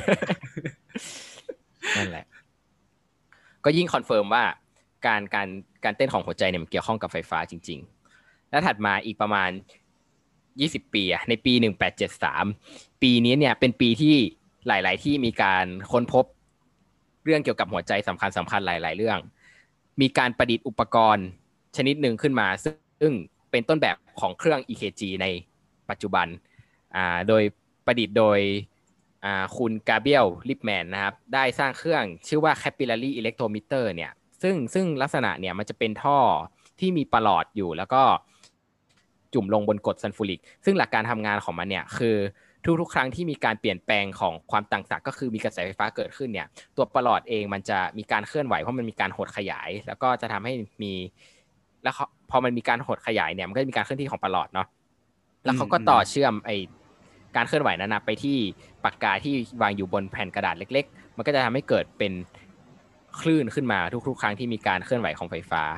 นั่นแหละก็ยิ่งคอนเฟิร์มว่าการเต้นของหัวใจเนี่ยมันเกี่ยวข้องกับไฟฟ้าจริงๆแล้วถัดมาอีกประมาณ20ปีในปี1873ปีนี้เนี่ยเป็นปีที่หลายๆที่มีการค้นพบเรื่องเกี่ยวกับหัวใจสำคัญหลายๆเรื่องมีการประดิษฐ์อุปกรณ์ชนิดหนึ่งขึ้นมาซึ่งเป็นต้นแบบของเครื่อง EKG ในปัจจุบันโดยประดิษฐ์โดยคุณกาเบรียล ลิปแมนนะครับได้สร้างเครื่องชื่อว่า capillary electrometer เนี่ยซึ่งลักษณะเนี่ยมันจะเป็นท่อที่มีประหลอดอยู่แล้วก็จุ่มลงบนกรดซัลฟูริกซึ่งหลักการทำงานของมันเนี่ยคือทุกๆครั้งที่มีการเปลี่ยนแปลงของความต่างศักย์ก็คือมีกระแสไฟฟ้าเกิดขึ้นเนี่ยตัวประหลอดเองมันจะมีการเคลื่อนไหวเพราะมันมีการหดขยายแล้วก็จะทำให้มีแล้วพอมันมีการหดขยายเนี่ยมันก็จะมีการเคลื่อนที่ของประหลอดเนาะแล้วเขาก็ต่อเชื่อมการเคลื่อนไหวนั้นไปที่ปากกาที่วางอยู่บนแผ่นกระดาษเล็กๆมันก็จะทำให้เกิดเป็นคลื่นขึ้นมาทุกๆครั้งที่มีการเคลื่อนไหวของไฟฟ้า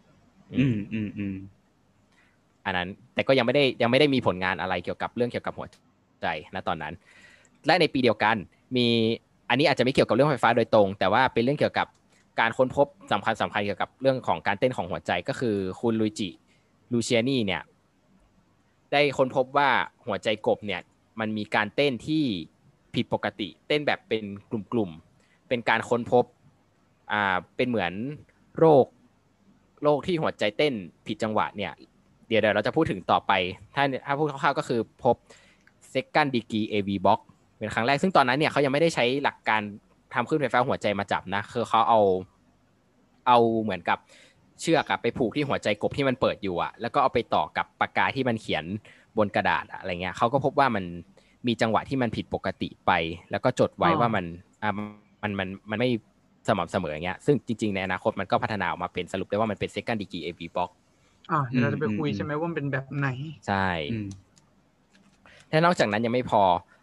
อันนั้นแต่ก็ยังไม่ได้มีผลงานอะไรเกี่ยวกับเรื่องเกี่ยวกับหัวใจณตอนนั้นและในปีเดียวกันมีอันนี้อาจจะไม่เกี่ยวกับเรื่องไฟฟ้าโดยตรงแต่ว่าเป็นเรื่องเกี่ยวกับการค้นพบสำคัญเกี่ยวกับเรื่องของการเต้นของหัวใจก็คือคุณลุยจิลูเชียนีเนี่ยได้ค้นพบว่าหัวใจกบเนี่ยมันมีการเต้นที่ผิดปกติเต้นแบบเป็นกลุ่มๆเป็นการค้นพบเป็นเหมือนโรคที่หัวใจเต้นผิดจังหวะเนี่ยเดี๋ยวเราจะพูดถึงต่อไปถ้าพูดคร่าวๆก็คือพบ second degree AV block เป็นครั้งแรกซึ่งตอนนั้นเนี่ยเขายังไม่ได้ใช้หลักการทำคลื่นไฟฟ้าหัวใจมาจับนะคือเขาเอาเหมือนกับเชือกไปผูกที่หัวใจกบที่มันเปิดอยู่แล้วก็เอาไปต่อกับปากกาที่มันเขียนบนกระดาษอะไรเงี้ยเขาก็พบว่ามันมีจังหวะที่มันผิดปกติไปแล้วก็จดไว้ว่ามันไม่สม่ำเสมออย่างเงี้ยซึ่งจริงๆในอนาคตมันก็พัฒนาออกมาเป็นสรุปได้ว่ามันเป็น second degree AV block เดี๋ยวเราจะไปคุยใช่ไหมว่ามันเป็นแบบไหนใช่แและนอกจากนั้นยังไม่พอ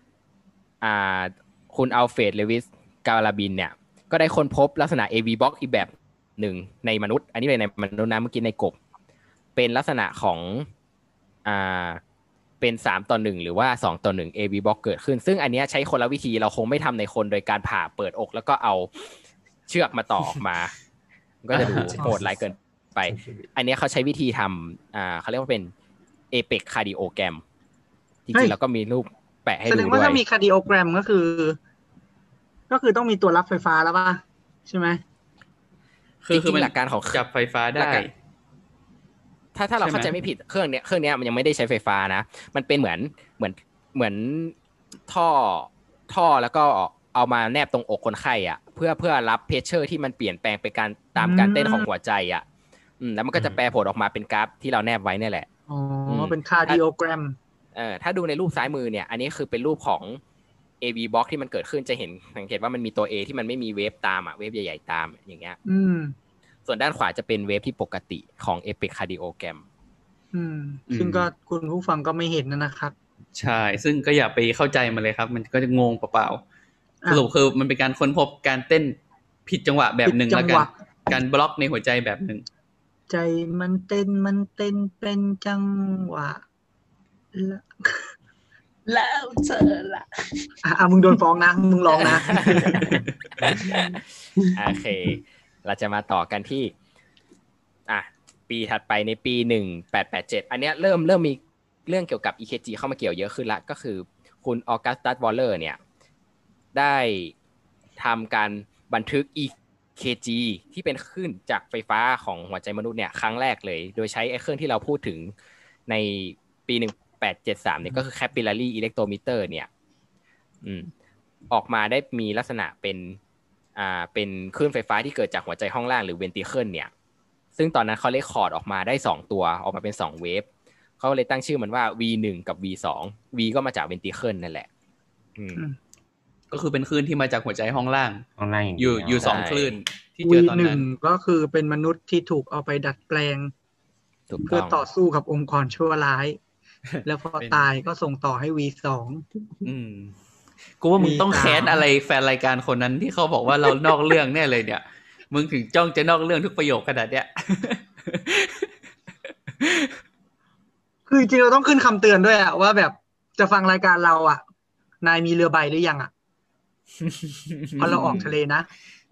คุณอัลเฟรด เลวิส กาลาบินเนี่ยก็ได้ค้นพบลักษณะ AV box อีกแบบหนึ่งในมนุษย์อันนี้เลยในมนุษย์นะเมื่อกี้ในกบเป็นลักษณะของเป็น3:1หรือว่า2:1 AV box เกิดขึ้นซึ่งอันนี้ใช้คนละวิธีเราคงไม่ทำในคนโดยการผ่าเปิดอกแล้วก็เอาเชือกมาต่อออกมาก็จะดูโหดร้ายเกินไปอันนี้เขาใช้วิธีทำเขาเรียกว่าเป็น Apex Cardiogram จริงๆแล้วก็มีรูปแปะให้ดูด้วยแสดงว่าถ้ามี Cardiogram ก็คือต้องมีตัวรับไฟฟ้าแล้วป่ะใช่ไหมคือหลักการของจับไฟฟ้าได้ถ้าเราเข้าใจไม่ผิดเครื่องเนี้ยมันยังไม่ได้ใช้ไฟฟ้านะมันเป็นเหมือนท่อแล้วก็เอามาแนบตรงอกคนไข้อ่ะเพื่อรับเพชเชอร์ที่มันเปลี่ยนแปลงไปตามการเต้นของหัวใจอ่ะแล้วมันก็จะแปลผลออกมาเป็นกราฟที่เราแนบไว้นี่แหละอ๋อเป็น Cardiogram ถ้าดูในรูปซ้ายมือเนี่ยอันนี้คือเป็นรูปของ AV box ที่มันเกิดขึ้นจะเห็นสังเกตว่ามันมีตัว A ที่มันไม่มีเวฟตามอ่ะเวฟใหญ่ๆตามอย่างเงี้ยส่วนด้านขวาจะเป็นเวฟที่ปกติของ Apex Cardiogram ซึ่งก็คุณผู้ฟังก็ไม่เห็นนะครับใช่ซึ่งก็อย่าไปเข้าใจมันเลยครับมันก็จะงงเปล่าๆสรุปคือมันเป็นการค้นพบการเต้นผิดจังหวะแบบนึงแล้วกันการบล็อกในหัวใจแบบนึงใจมันเต้นเป็นจังหวะแล้วเธอล่ะมึงโดนฟ้องนะมึงร้องนะโอเคเราจะมาต่อกันที่ปีถัดไปในปี1887อันเนี้ยเริ่มมีเรื่องเกี่ยวกับ EKG เข้ามาเกี่ยวเยอะขึ้นละก็คือคุณออกัสตัสวอลเลอร์เนี่ยได้ทำการบันทึก EKG ที่เป็นคลื่นจากไฟฟ้าของหัวใจมนุษย์เนี่ยครั้งแรกเลยโดยใช้ไอ้เครื่องที่เราพูดถึงในปี1873เนี่ยก็คือ capillary electrometer เนี่ยออกมาได้มีลักษณะเป็นคลื่นไฟฟ้าที่เกิดจากหัวใจห้องล่างหรือ ventricle เนี่ยซึ่งตอนนั้นเขาเรคคอร์ดออกมาได้2ตัวออกมาเป็น2เวฟเขาเลยตั้งชื่อมันว่า V1 กับ V2 V ก็มาจาก ventricle นั่นแหละก็คือเป็นคลื่นที่มาจากหัวใจห้องล่างอยู่2คลื่นที่เจอตอนนั้น V1 ก็คือเป็นมนุษย์ที่ถูกเอาไปดัดแปลงเพื่อต่อสู้กับองค์กรชั่วร้ายแล้วพอตายก็ส่งต่อให้ V2 กูว่ามึงต้องแค้นอะไรแฟนรายการคนนั้นที่เขาบอกว่าเรานอกเรื่องแน่เลยเนี่ยมึงถึงจ้องจะนอกเรื่องทุกประโยคขนาดเนี้ยคือจริงเราต้องขึ้นคำเตือนด้วยอะว่าแบบจะฟังรายการเราอะนายมีเรือใบหรือยังอะเพราะเราออกทะเลนะ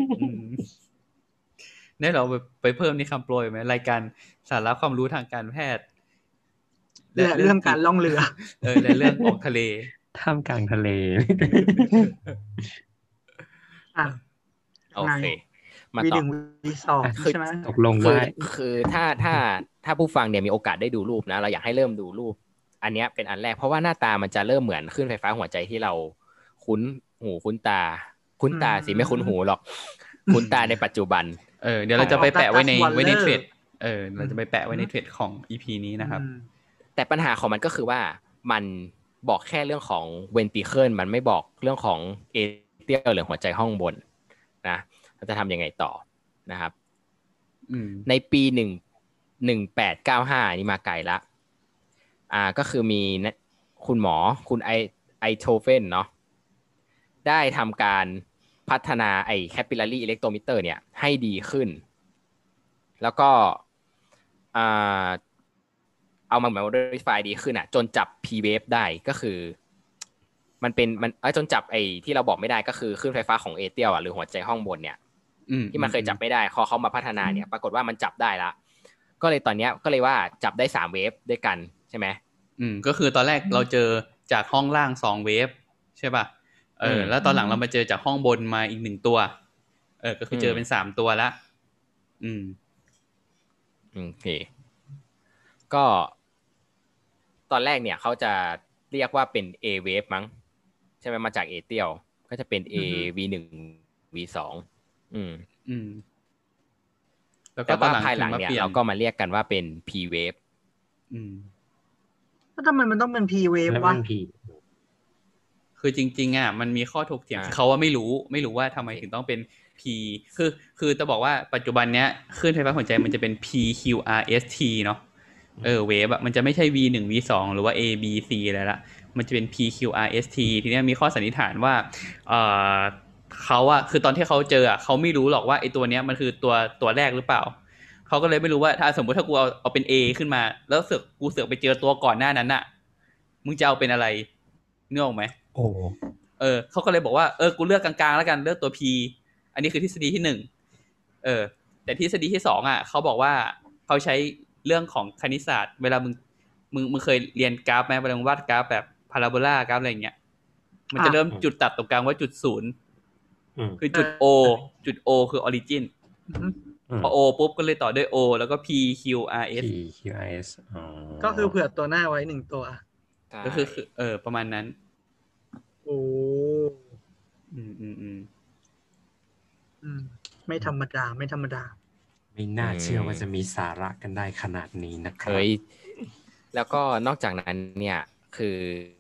เนี่ยเราไปเพิ่มในคำโปรยไหมรายการสาระความรู้ทางการแพทย์และเรื่องการล่องเรือและเรื่องออกทะเลท่ามกลางทะเลโอเคมาต่อ V1 ใช่ไหมตกลงว่าคือถ้าผู้ฟังเนี่ยมีโอกาสได้ดูรูปนะเราอยากให้เริ่มดูรูปอันนี้เป็นอันแรกเพราะว่าหน้าตามันจะเริ่มเหมือนคลื่นไฟฟ้าหัวใจที่เราคุ้นหูคุ้นตาสิไม่คุ้นหูหรอกคุ้นตาในปัจจุบันเดี๋ยวเราจะไปแปะไว้ในเทรดเราจะไปแปะไว้ในเทรดของ EP นี้นะครับแต่ปัญหาของมันก็คือว่ามันบอกแค่เรื่องของ ventricle มันไม่บอกเรื่องของเอเทียลหรือหัวใจห้องบนนะเราจะทำยังไงต่อนะครับในปี1895นี่มาไกลละก็คือมีคุณหมอคุณไอโทเฟนเนาะได้ทำการพัฒนาไอ้ capillary electrometer เนี่ยให้ดีขึ้นแล้วก็เอามาmodify ดีขึ้นจนจับ P wave ได้ก็คือมันจนจับไอ้ที่เราบอกไม่ได้ก็คือคลื่นไฟฟ้าของเอเทียลหรือหัวใจห้องบนเนี่ยที่มันเคยจับไม่ได้เขามาพัฒนาเนี่ยปรากฏว่ามันจับได้ละก็เลยตอนนี้ก็เลยว่าจับได้3เวฟด้วยกันใช่ไหมก็คือตอนแรกเราเจอจากห้องล่าง2เวฟใช่ป่ะแล้วตอนหลังเรามาเจอจากห้องบนมาอีก1ตัวก็คือเจอเป็น3ตัวละโอเคก็ตอนแรกเนี่ยเขาจะเรียกว่าเป็น A wave มั้งใช่ไหมมาจากเอเทียลก็จะเป็น A V1 V2 แล้วก็ตอนหลังภายหลังเนี่ยเราก็มาเรียกกันว่าเป็น P wave แล้วทำไมมันต้องเป็น P wave วะคือจริงๆมันมีข้อถกเถียงเขาว่าไม่รู้ว่าทำไมถึงต้องเป็น P คือจะบอกว่าปัจจุบันเนี้ยคลื่นไฟฟ้าหัวใจมันจะเป็น PQRST เนาะเวฟอะมันจะไม่ใช่ V1 V2 หรือว่า A B C อะไรละมันจะเป็น P Q R S T ทีนี้มีข้อสันนิษฐานว่าเอ่อเขาอะคือตอนที่เขาเจออะเขาไม่รู้หรอกว่าไอ้ตัวเนี้ยมันคือตัวแรกหรือเปล่าเขาก็เลยไม่รู้ว่าถ้าสมมติถ้ากูเอาเป็น A ขึ้นมาแล้วกูเสือกไปเจอตัวก่อนหน้านั้นอะมึงจะเอาเป็นอะไรนึกออกไหมโอ้เขาก็เลยบอกว่ากูเลือกกลางๆแล้วกันเลือกตัว P อันนี้คือทฤษฎีที่1แต่ทฤษฎีที่2อ่ะเขาบอกว่าเขาใช้เรื่องของคณิตศาสตร์เวลามึงเคยเรียนกราฟไหมเวลามึงวาดกราฟแบบพาราโบลากราฟอะไรอย่างเงี้ยมันจะเริ่มจุดตัดตรงกลางว่าจุด0คือจุด O คือ origin พอ O ปุ๊บก็เลยต่อด้วย O แล้วก็ P Q R S P Q R S ก็คือเผื่อตัวหน้าไว้1ตัวก็คือประมาณนั้นโอ้ไม่ธรรมดาไม่น่าเชื่อว่าจะมีสาระกันได้ขนาดนี้นะครับแล้วก็นอกจากนั้นเนี่ยคื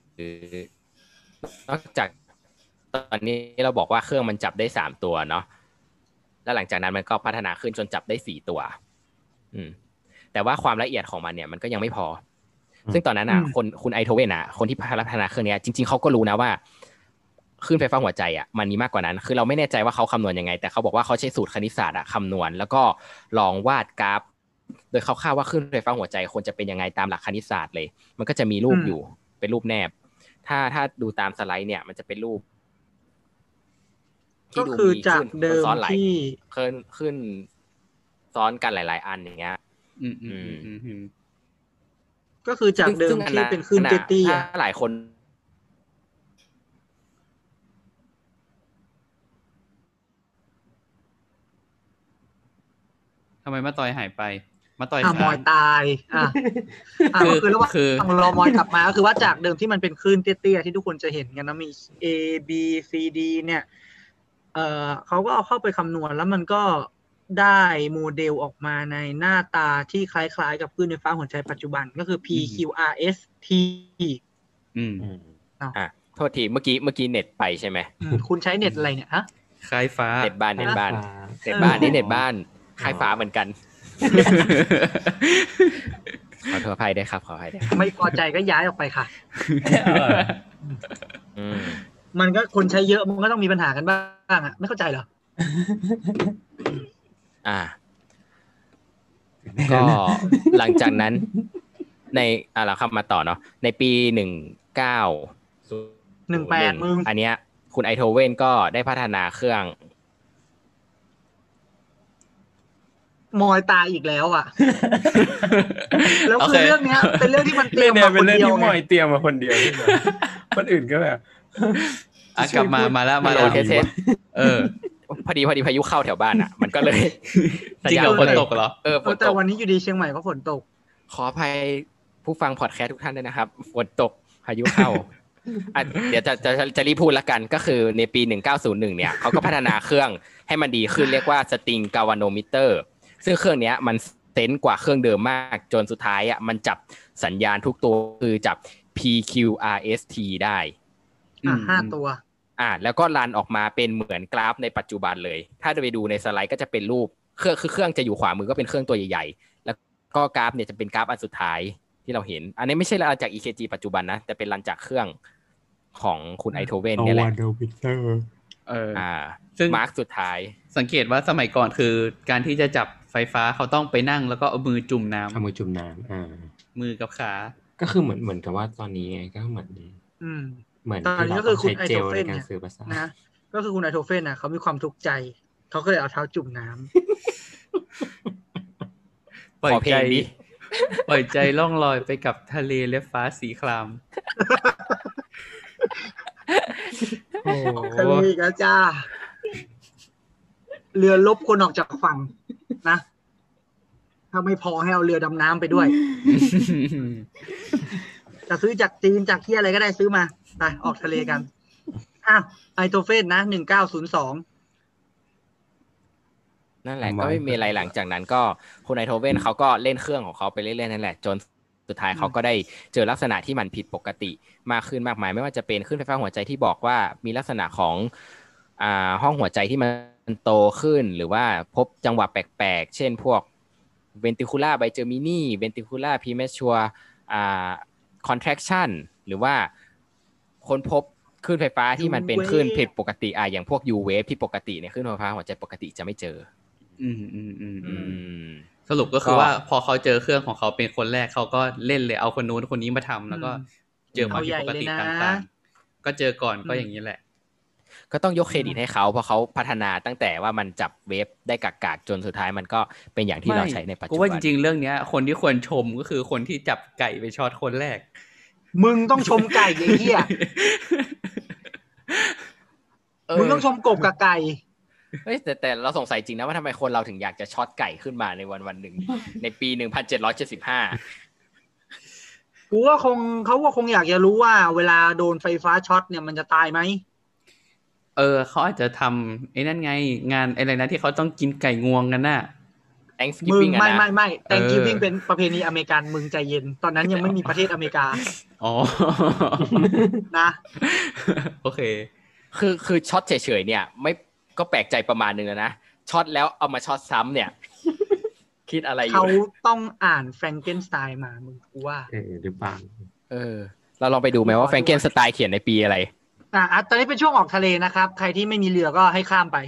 อนอกจากตอนนี้เราบอกว่าเครื่องมันจับได้3ตัวเนาะแล้วหลังจากนั้นมันก็พัฒนาขึ้นจนจับได้4ตัวแต่ว่าความละเอียดของมันเนี่ยมันก็ยังไม่พอซึ่งตอนนั้นอ่ะคุณไอโทเวนอ่ะคนที่พัฒนาเครื่องนี้จริงๆเขาก็รู้นะว่าคลื่นไฟฟ้าหัวใจอ่ะมันมีมากกว่านั้นคือเราไม่แน่ใจว่าเขาคำนวณยังไงแต่เขาบอกว่าเขาใช้สูตรคณิตศาสตร์อ่ะคำนวณแล้วก็ลองวาดกราฟโดยคร่าวๆว่าคลื่นไฟฟ้าหัวใจควรจะเป็นยังไงตามหลักคณิตศาสตร์เลยมันก็จะมีรูปอยู่เป็นรูปแนบถ้าดูตามสไลด์เนี่ยมันจะเป็นรูปก็คือจากเดิมที่ขึ้นซ้อนกันหลายๆอันอย่างเงี้ยก็คือจากเดิมที่เป็นคลื่นเตี้ยหลายคนทำไมมาต่อยหายไปมาต่อยมอยตายคือระหว่างรอมอยกลับมาก็คือว่าจากเดิมที่มันเป็นคลื่นเตี้ยๆที่ทุกคนจะเห็นกันนะมี A B C D เนี่ยเขาก็เอาเข้าไปคำนวณแล้วมันก็ได้โมเดลออกมาในหน้าตาที่คล้ายๆกับคลื่นไฟฟ้าหัวใจปัจจุบันก็คือ PQRST โทษทีเมื่อกี้เน็ตไปใช่ไหมคุณใช้เน็ตอะไรเนี่ยฮะคล้ายฟ้าเน็ตบ้านนี่เน็ตบ้านคล้ายฟ้าเหมือนกันขอโทษอภัยด้วยครับขออภัยด้วยไม่พอใจก็ย้ายออกไปค่ะมันก็คนใช้เยอะมันก็ต้องมีปัญหากันบ้างอ่ะไม่เข้าใจเหรอก็หลังจากนั้นในเราเข้ามาต่อเนาะในปี 1918มึงอันเนี้ยคุณไอโทเวนก็ได้พัฒนาเครื่องมอยตายอีกแล้วอ่ะแล้วคือเรื่องนี้เป็นเรื่องที่มันเตรียมมาคนเดียวมอยเตรียมมาคนเดียวคนอื่นก็แบบกลับมาแล้วเทสพอดีพายุเข้าแถวบ้านอ่ะมันก็เลยจริงเหรอฝนตกเหรอแต่วันนี้อยู่ดีเชียงใหม่ก็ฝนตกขออภัยผู้ฟังพอดแคสต์ทุกท่านด้วยนะครับฝนตกพายุเข้าเดี๋ยวจะรีบพูดละกันก็คือในปี1901เนี่ยเขาก็พัฒนาเครื่องให้มันดีขึ้นเรียกว่าสตริงกาวาโนมิเตอร์ซึ่งเครื่องนี้มันเซนส์กว่าเครื่องเดิมมากจนสุดท้ายอ่ะมันจับสัญญาณทุกตัวคือจับ PQRST ได้ 5ตัวแล้วก็รันออกมาเป็นเหมือนกราฟในปัจจุบันเลยถ้าจะไปดูในสไลด์ก็จะเป็นรูปเครื่องจะอยู่ขวามือก็เป็นเครื่องตัวใหญ่ๆแล้วก็กราฟเนี่ยจะเป็นกราฟอันสุดท้ายที่เราเห็นอันนี้ไม่ใช่รันจาก EKG ปัจจุบันนะแต่เป็นรันจากเครื่องของคุณไอโทเวนเนี่ยแหละซึ่งมาร์กสุดท้ายสังเกตว่าสมัยก่อนคือการที่จะจับไฟฟ้าเขาต้องไปนั่งแล้วก็เอามือจุ่มน้ำมือกับขาก็คือเหมือนกับว่าตอนนี้ไงก็เหมือนตอนนี้ก็คือคุณไอโทเฟนเนี่ยนะก็คือคุณไอโทเฟนนะเขามีความทุกข์ใจเขาก็เลยเอาเท้าจุ่มน้ำปล่อยใจล่องลอยไปกับทะเลและฟ้าสีครามทะเลก็จ้าเรือลบคนออกจากฝั่งนะถ้าไม่พอให้เอาเรือดำน้ำไปด้วยจะซื้อจากจีนจากที่อะไรก็ได้ซื้อมาไปออกทะเลกันไอโทเฟนนะ1902 นั่นแหละก็ไม่มีอะไรหลังจากนั้นก็คุณไอโทเวนเขาก็เล่นเครื่องของเขาไปเรื่อยๆนั่นแหละจนสุดท้ายเขาก็ได้เจอลักษณะที่มันผิดปกติมากขึ้นมากมายไม่ว่าจะเป็นคลื่นไฟฟ้าหัวใจที่บอกว่ามีลักษณะของห้องหัวใจที่มันโตขึ้นหรือว่าพบจังหวะแปลกๆเช่นพวก ventricular bigermini ventricular premature contraction หรือว่าค้นพบคลื่นไฟฟ้าที่มันเป็นคลื่นผิดปกติอย่างพวก U wave ที่ปกติเนี่ยคลื่นไฟฟ้าหัวใจปกติจะไม่เจอสรุปก็คือว่าพอเขาเจอเครื่องของเขาเป็นคนแรกเขาก็เล่นเลยเอาคนนู้นคนนี้มาทำแล้วก็เจอความผิดปกติต่างๆก็เจอก่อนก็อย่างนี้แหละก็ต้องยกเครดิตให้เขาเพราะเขาพัฒนาตั้งแต่ว่ามันจับเวฟได้กากๆจนสุดท้ายมันก็เป็นอย่างที่เราใช้ในปัจจุบันกูว่าจริงๆเรื่องนี้คนที่ควรชมก็คือคนที่จับไก่ไปช็อตคนแรกมึงต้องชมไก่ไอ้เหี้ยมึงต้องชมกบกับไก่เฮ้ยแต่เราสงสัยจริงนะว่าทำไมคนเราถึงอยากจะช็อตไก่ขึ้นมาในวันหนึ่งในปี 1775 กูว่าเขาคงอยากจะรู้ว่าเวลาโดนไฟฟ้าช็อตเนี่ยมันจะตายไหมเขาอาจจะทำไอ้นั่นไงงานอะไรนะที่เขาต้องกินไก่งวงกันน่ะ Thanksgiving ไม่ Thanksgiving เป็นประเพณีอเมริกันมึงใจเย็นตอนนั้นยังไม่มีประเทศอเมริกานะโอเคคือช็อตเฉยๆเนี่ยไม่ก็แปลกใจประมาณนึงแล้วนะช็อตแล้วเอามาช็อตซ้ำเนี่ยคิดอะไรอยู่เขาต้องอ่านแฟรงเกนสไตน์มามึงกูว่าหรือเปล่าเราลองไปดูไหมว่าแฟรงเกนสไตน์เขียนในปีอะไรตอนนี้เป็นช่วงออกทะเลนะครับใครที่ไม่มีเรือก็ให้ข้ามไป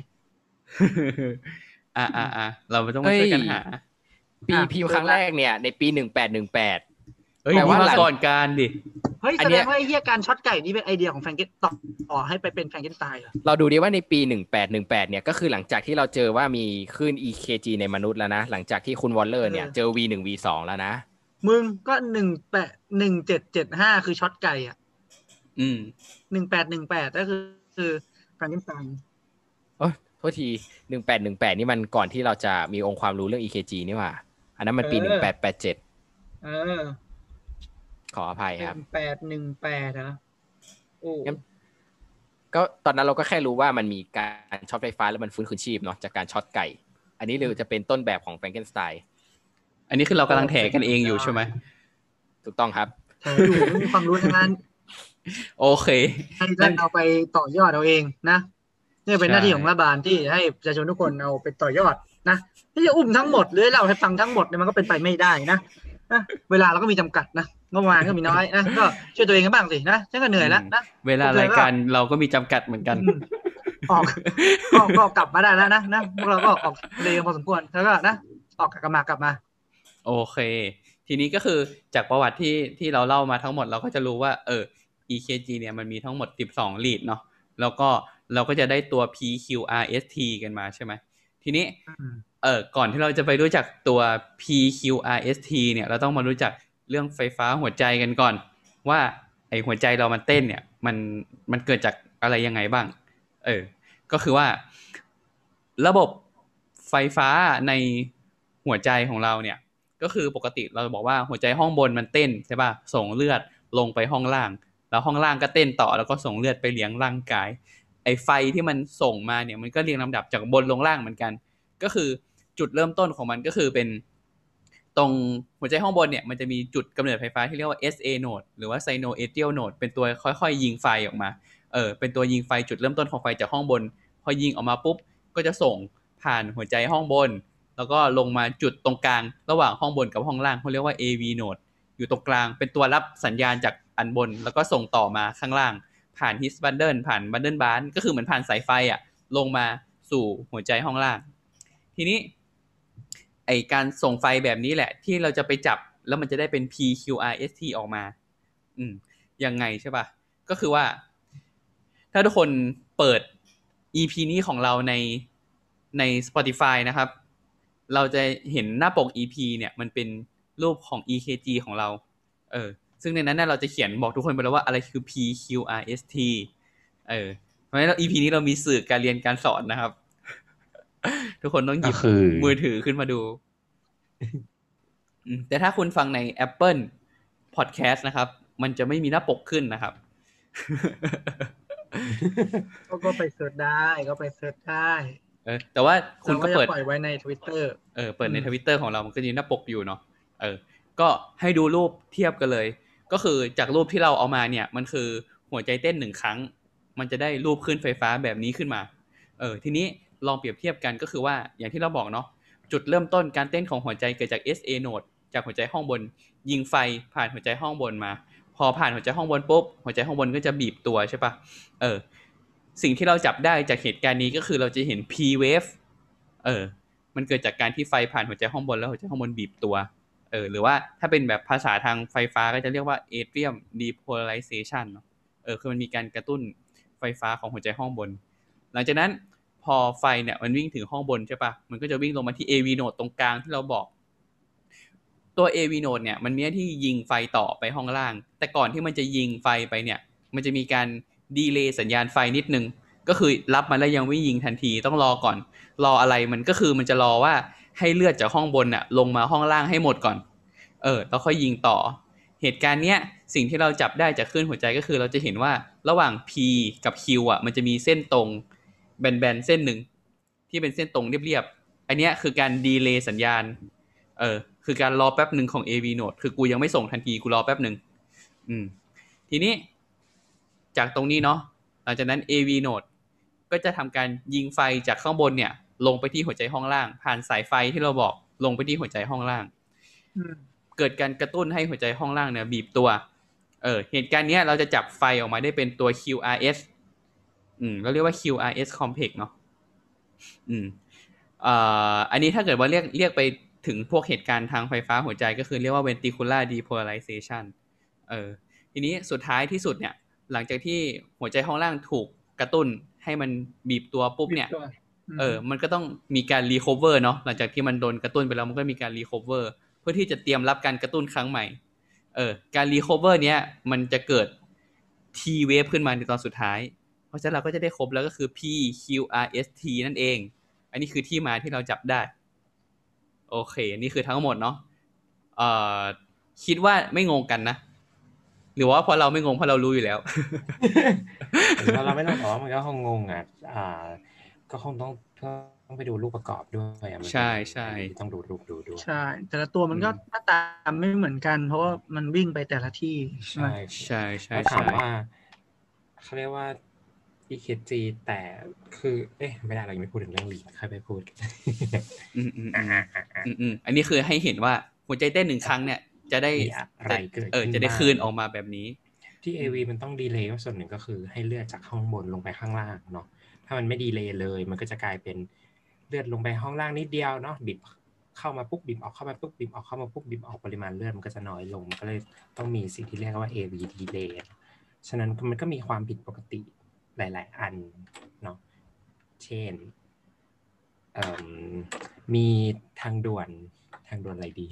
เราไม่ต้องมาช่วยกันหาปีพิมพ์ครั้งแรกเนี่ยในปี1818 แต่ว่าก่อนการดิเฮ้ยแสดงว่าไอ้เหี้ยการช็อตไก่นี่เป็นไอเดียของแฟรงเกนต่อให้ไปเป็นแฟรงเกนสไตน์เหรอเราดูดิว่าในปี1818เนี่ยก็คือหลังจากที่เราเจอว่ามีคลื่น EKG ในมนุษย์แล้วนะหลังจากที่คุณวอลเลอร์เนี่ยเจอ V1 V2 แล้วนะมึงก็1775คือช็อตไก่อ่ะ1818ก็คือแฟรงเกนสไตน์โทษที1818นี่มันก่อนที่เราจะมีองค์ความรู้เรื่อง EKG นี่หว่าอันนั้นมันปี1887ขออภัยครับ 1818นะโอ้ก็ตอนนั้นเราก็แค่รู้ว่ามันมีการช็อตไฟฟ้าแล้วมันฟื้นคืนชีพเนาะจากการช็อตไก่อันนี้เลยจะเป็นต้นแบบของแฟรงเกนสไตน์อันนี้คือเรากำลังแถกันเองอยู่ใช่ไหมถูกต้องครับแถอยู่ไม่มีความรู้ทั้งนั้นโอเคให้ท่านเอาไปต่อยอดเอาเองนะนี่เป็นหน้าที่ของรัฐบาลที่ให้ประชาชนทุกคนเอาไปต่อยอดนะที่จะอุ้มทั้งหมดหรือเล่าให้ฟังทั้งหมดเนี่ยมันก็เป็นไปไม่ได้นะเวลาเราก็มีจำกัดนะงบประมาณก็มีน้อยนะก็ช่วยตัวเองกันบ้างสินะฉันก็เหนื่อยแล้วนะเวลารายการเราก็มีจำกัดเหมือนกันก็กลับมาได้แล้วนะพวกเราก็ออกเร็วพอสมควรแล้วก็นะออกกลับมาโอเคทีนี้ก็คือจากประวัติที่เราเล่ามาทั้งหมดเราก็จะรู้ว่าEKG เนี่ยมันมีทั้งหมด12ลีดเนาะแล้วก็เราก็จะได้ตัว PQRST กันมาใช่ไหมทีนี้ก่อนที่เราจะไปรู้จักตัว PQRST เนี่ยเราต้องมารู้จักเรื่องไฟฟ้าหัวใจกันก่อนว่าไอหัวใจเรามันเต้นเนี่ยมันเกิดจากอะไรยังไงบ้างก็คือว่าระบบไฟฟ้าในหัวใจของเราเนี่ยก็คือปกติเราบอกว่าหัวใจห้องบนมันเต้นใช่ป่ะส่งเลือดลงไปห้องล่างแล้วห้องล่างก็เต้นต่อแล้วก็ส่งเลือดไปเลี้ยงร่างกายไอไฟที่มันส่งมาเนี่ยมันก็เรียงลำดับจากบนลงล่างเหมือนกันก็คือจุดเริ่มต้นของมันก็คือเป็นตรงหัวใจห้องบนเนี่ยมันจะมีจุดกำเนิดไฟฟ้าที่เรียกว่า SA node หรือว่า sinoatrial node เป็นตัวค่อยๆยิงไฟออกมาเป็นตัวยิงไฟจุดเริ่มต้นของไฟจากห้องบนพอยิงออกมาปุ๊บก็จะส่งผ่านหัวใจห้องบนแล้วก็ลงมาจุดตรงกลางระหว่างห้องบนกับห้องล่างเขาเรียกว่า AV node อยู่ตรงกลางเป็นตัวรับสัญญาณจากอันบนแล้วก็ส่งต่อมาข้างล่างผ่านฮิสบันเดิลผ่านบันเดิลบาร์ก็คือเหมือนผ่านสายไฟลงมาสู่หัวใจห้องล่างทีนี้ไอการส่งไฟแบบนี้แหละที่เราจะไปจับแล้วมันจะได้เป็น PQRST ออกมายังไงใช่ป่ะก็คือว่าถ้าทุกคนเปิด EP นี้ของเราใน Spotify นะครับเราจะเห็นหน้าปก EP เนี่ยมันเป็นรูปของ EKG ของเราซึ่งในนั้นเราจะเขียนบอกทุกคนไปแล้วว่าอะไรคือ PQRST เพราะฉะนั้น EP นี้เรามีสื่อการเรียนการสอนนะครับทุกคนต้องหยิบมือถือขึ้นมาดูแต่ถ้าคุณฟังใน Apple Podcast นะครับมันจะไม่มีหน้าปกขึ้นนะครับก็ไปเสิร์ชได้แต่ว่าคุณก็เปิดปล่อยไว้ใน Twitter เปิดใน Twitter ของเรามันก็จะมีหน้าปกอยู่เนาะก็ให้ดูรูปเทียบกันเลยก็คือจากรูปที่เราเอามาเนี่ยมันคือหัวใจเต้น1ครั้งมันจะได้รูปคลื่นไฟฟ้าแบบนี้ขึ้นมาทีนี้ลองเปรียบเทียบกันก็คือว่าอย่างที่เราบอกเนาะจุดเริ่มต้นการเต้นของหัวใจเกิดจาก SA node จากหัวใจห้องบนยิงไฟผ่านหัวใจห้องบนมาพอผ่านหัวใจห้องบนปุ๊บหัวใจห้องบนก็จะบีบตัวใช่ปะสิ่งที่เราจับได้จากเหตุการณ์นี้ก็คือเราจะเห็น P wave มันเกิดจากการที่ไฟผ่านหัวใจห้องบนแล้วหัวใจห้องบนบีบตัวหรือว่าถ้าเป็นแบบภาษาทางไฟฟ้าก็จะเรียกว่า atrium depolarization เนาะคือมันมีการกระตุ้นไฟฟ้าของหัวใจห้องบนหลังจากนั้นพอไฟเนี่ยมันวิ่งถึงห้องบนใช่ปะมันก็จะวิ่งลงมาที่ AV node ตรงกลางที่เราบอกตัว AV node เนี่ยมันมีหน้าที่ยิงไฟต่อไปห้องล่างแต่ก่อนที่มันจะยิงไฟไปเนี่ยมันจะมีการดีเลย์สัญญาณไฟนิดนึงก็คือรับมาแล้วยังไม่ยิงทันทีต้องรอก่อนรออะไรมันก็คือมันจะรอว่าให้เลือดจากห้องบนน่ะลงมาห้องล่างให้หมดก่อนแล้วค่อยยิงต่อเหตุการณ์เนี้ยสิ่งที่เราจับได้จากคลื่นหัวใจก็คือเราจะเห็นว่าระหว่าง P กับ Q อ่ะมันจะมีเส้นตรงแบนๆเส้นหนึ่งที่เป็นเส้นตรงเรียบๆอันเนี้ยคือการดีเลย์สัญญาณคือการรอแป๊บหนึ่งของ AV node คือกูยังไม่ส่งทันทีกูรอแป๊บหนึ่งทีนี้จากตรงนี้เนาะหลังจากนั้น AV node ก็จะทำการยิงไฟจากข้างบนเนี่ยลงไปที่หัวใจห้องล่างผ่านสายไฟที่เราบอกลงไปที่หัวใจห้องล่างเกิดการกระตุ้นให้หัวใจห้องล่างเนี่ยบีบตัวเหตุการณ์นี้เราจะจับไฟออกมาได้เป็นตัว QRS เราเรียกว่า QRS complex เนาะอันนี้ถ้าเกิดว่าเรียกไปถึงพวกเหตุการณ์ทางไฟฟ้าหัวใจก็คือเรียกว่า ventricular depolarization ทีนี้สุดท้ายที่สุดเนี่ยหลังจากที่หัวใจห้องล่างถูกกระตุ้นให้มันบีบตัวปุ๊บเนี่ยมันก็ต้องมีการ recover เนาะหลังจากที่มันโดนกระตุ้นไปแล้วมันก็มีการ recover เพื่อที่จะเตรียมรับการกระตุ้นครั้งใหม่การ recover เนี้ยมันจะเกิด T wave ขึ้นมาในตอนสุดท้ายเพราะฉะนั้นเราก็จะได้ครบแล้วก็คือ PQRST นั่นเองอันนี้คือที่มาที่เราจับได้โอเคนี่คือทั้งหมดเนาะคิดว่าไม่งงกันนะหรือว่าพอเราไม่งงเพราะเรารู้อยู่แล้วเราไม่ต้องบอกมันก็คงงงก็คงต้องไปดูรูปประกอบด้วยใช่ใช่ต้องดูรูปดูด้วยใช่แต่ละตัวมันก็หน้าตาไม่เหมือนกันเพราะว่ามันวิ่งไปแต่ละที่ใช่ใช่ใช่ถามว่าเขาเรียกว่า EKG แต่คือไม่ได้เรายังไม่พูดถึงเรื่องลีดค่อยไปพูดอันนี้คือให้เห็นว่าหัวใจเต้น1ครั้งเนี่ยจะได้อะไรเกิดจะได้คลื่นออกมาแบบนี้ที่ AV มันต้องดีเลย์ส่วนหนึ่งก็คือให้เลือดจากข้างบนลงไปข้างล่างเนาะถ้ามันไม่ดีเลย์เลยมันก็จะกลายเป็นเลือดลงไปห้องล่างนิดเดียวเนาะบีบเข้ามาปุ๊บบีบออกเข้ามาปุ๊บบีบออกเข้ามาปุ๊บบีบออกปริมาณเลือดมันก็จะน้อยลงมันก็เลยต้องมีสิ่งที่เรียกว่า AV delay ฉะนั้นมันก็มีความผิดปกติหลายๆอันเนาะเช่นมีทางด่วนอะไรดี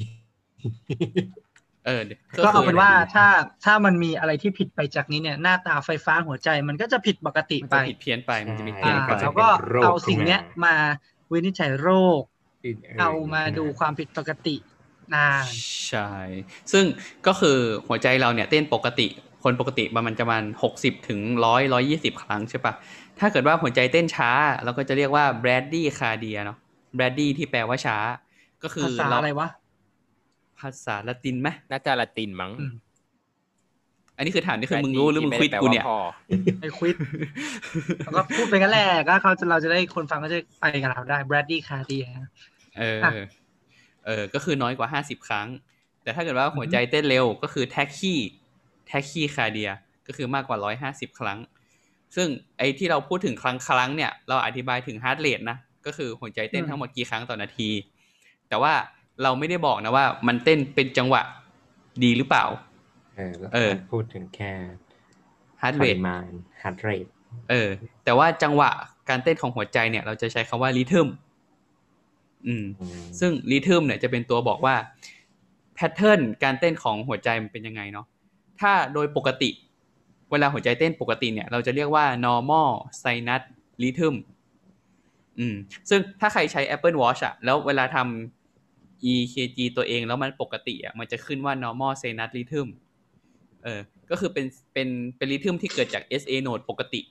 ก็เอาเป็นว่าถ้ามันมีอะไรที่ผิดไปจากนี้เนี่ยหน้าตาไฟฟ้าหัวใจมันก็จะผิดปกติไปผิดเพี้ยนไปมันจะมีเพี้ยนไปแล้วก็เอาสิ่งเนี้ยมาวินิจฉัยโรคเอามาดูความผิดปกติใช่ซึ่งก็คือหัวใจเราเนี่ยเต้นปกติคนปกติประมาณ60ถึง120ครั้งใช่ปะถ้าเกิดว่าหัวใจเต้นช้าเราก็จะเรียกว่า bradycardia เนาะ brady ที่แปลว่าช้าก็คือภาษาอะไรวะภาษาละตินไหมน่าจะละตินมั้งอันนี้คือถามนี่คือมึงรู้หรือมึงควิดกูเนี่ยไม่ควิดแล้วก็พูดไปกันแหละก็เราจะได้คนฟังก็จะไปกับเราได้ bradycardia ก็คือน้อยกว่า50ครั้งแต่ถ้าเกิดว่าหัวใจเต้นเร็วก็คือ tachycardia ก็คือมากกว่า150ครั้งซึ่งไอ้ที่เราพูดถึงครั้งเนี่ยเราอธิบายถึง heart rate นะก็คือหัวใจเต้นทั้งหมดกี่ครั้งต่อนาทีแต่ว่าเราไม่ได้บอกนะว่ามันเต้นเป็นจังหวะดีหรือเปล่าพูดถึงแค่ heart rate heart rate แต่ว่าจังหวะการเต้นของหัวใจเนี่ยเราจะใช้คำว่า rhythm ซึ่ง rhythm เนี่ยจะเป็นตัวบอกว่า pattern การเต้นของหัวใจมันเป็นยังไงเนาะถ้าโดยปกติเวลาหัวใจเต้นปกติเนี่ยเราจะเรียกว่า normal sinus rhythm ซึ่งถ้าใครใช้ Apple Watch อ่ะแล้วเวลาทำ EKG ตัวเองแล้วมันปกติอ่ะมันจะขึ้นว่า normal sinus rhythm ก็คือเป็น rhythm ที่เกิดจาก SA node ปกติ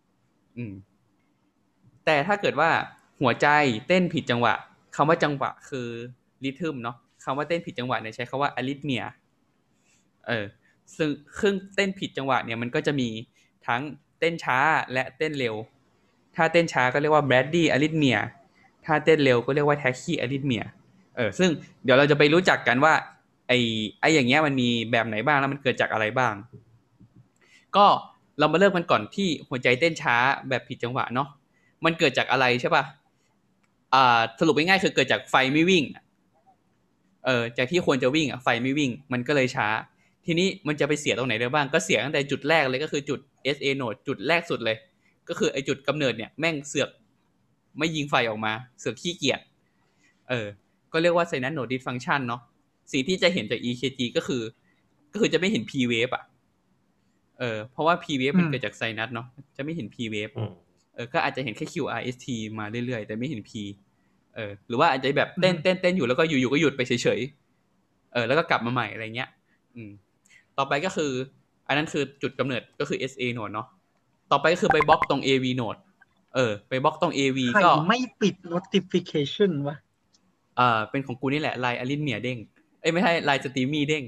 แต่ถ้าเกิดว่าหัวใจเต้นผิดจังหวะคำว่าจังหวะคือ rhythm เนาะคำว่าเต้นผิดจังหวะเนี่ยใช้คำว่า arrhythmia ซึ่งเครื่องเต้นผิดจังหวะเนี่ยมันก็จะมีทั้งเต้นช้าและเต้นเร็วถ้าเต้นช้าก็เรียกว่า brady arrhythmia ถ้าเต้นเร็วก็เรียกว่าแท็กซี่อะริทเมียซึ่งเดี๋ยวเราจะไปรู้จักกันว่าไอ้อย่างเงี้ยมันมีแบบไหนบ้างแล้วมันเกิดจากอะไรบ้างก็เรามาเริ่มกันก่อนที่หัวใจเต้นช้าแบบผิดจังหวะเนาะมันเกิดจากอะไรใช่ป่ะสรุปง่ายๆคือเกิดจากไฟไม่วิ่งจากที่ควรจะวิ่งไฟไม่วิ่งมันก็เลยช้าทีนี้มันจะไปเสียตรงไหนได้บ้างก็เสียตั้งแต่จุดแรกเลยก็คือจุด SA node จุดแรกสุดเลยก็คือไอ้จุดกำเนิดเนี่ยแม่งเสือกไม่ยิงไฟออกมาเสือกขี้เกียจก็เรียกว่า Sinus node dysfunction เนาะสิ่งที่จะเห็นจาก EKG ก็คือจะไม่เห็น P wave เพราะว่า P wave มันเกิดจากไซนัสเนาะจะไม่เห็น P wave ก็อาจจะเห็นแค่ QRST มาเรื่อยๆแต่ไม่เห็น P หรือว่าอาจจะแบบเต้นอยู่แล้วก็อยู่ๆก็หยุดไปเฉยๆแล้วก็กลับมาใหม่อะไรเงี้ยต่อไปก็คืออันนั้นคือจุดกำเนิดก็คือ SA node เนาะต่อไปก็คือไปบล็อกตรง AV node ไปบล็อกตรง AV ก็ไม่ปิด notification วะเป็นของกูนี่แหละไลน์อลินเมียเด้งไม่ใช่ไลน์สตรีมมี่เด้ง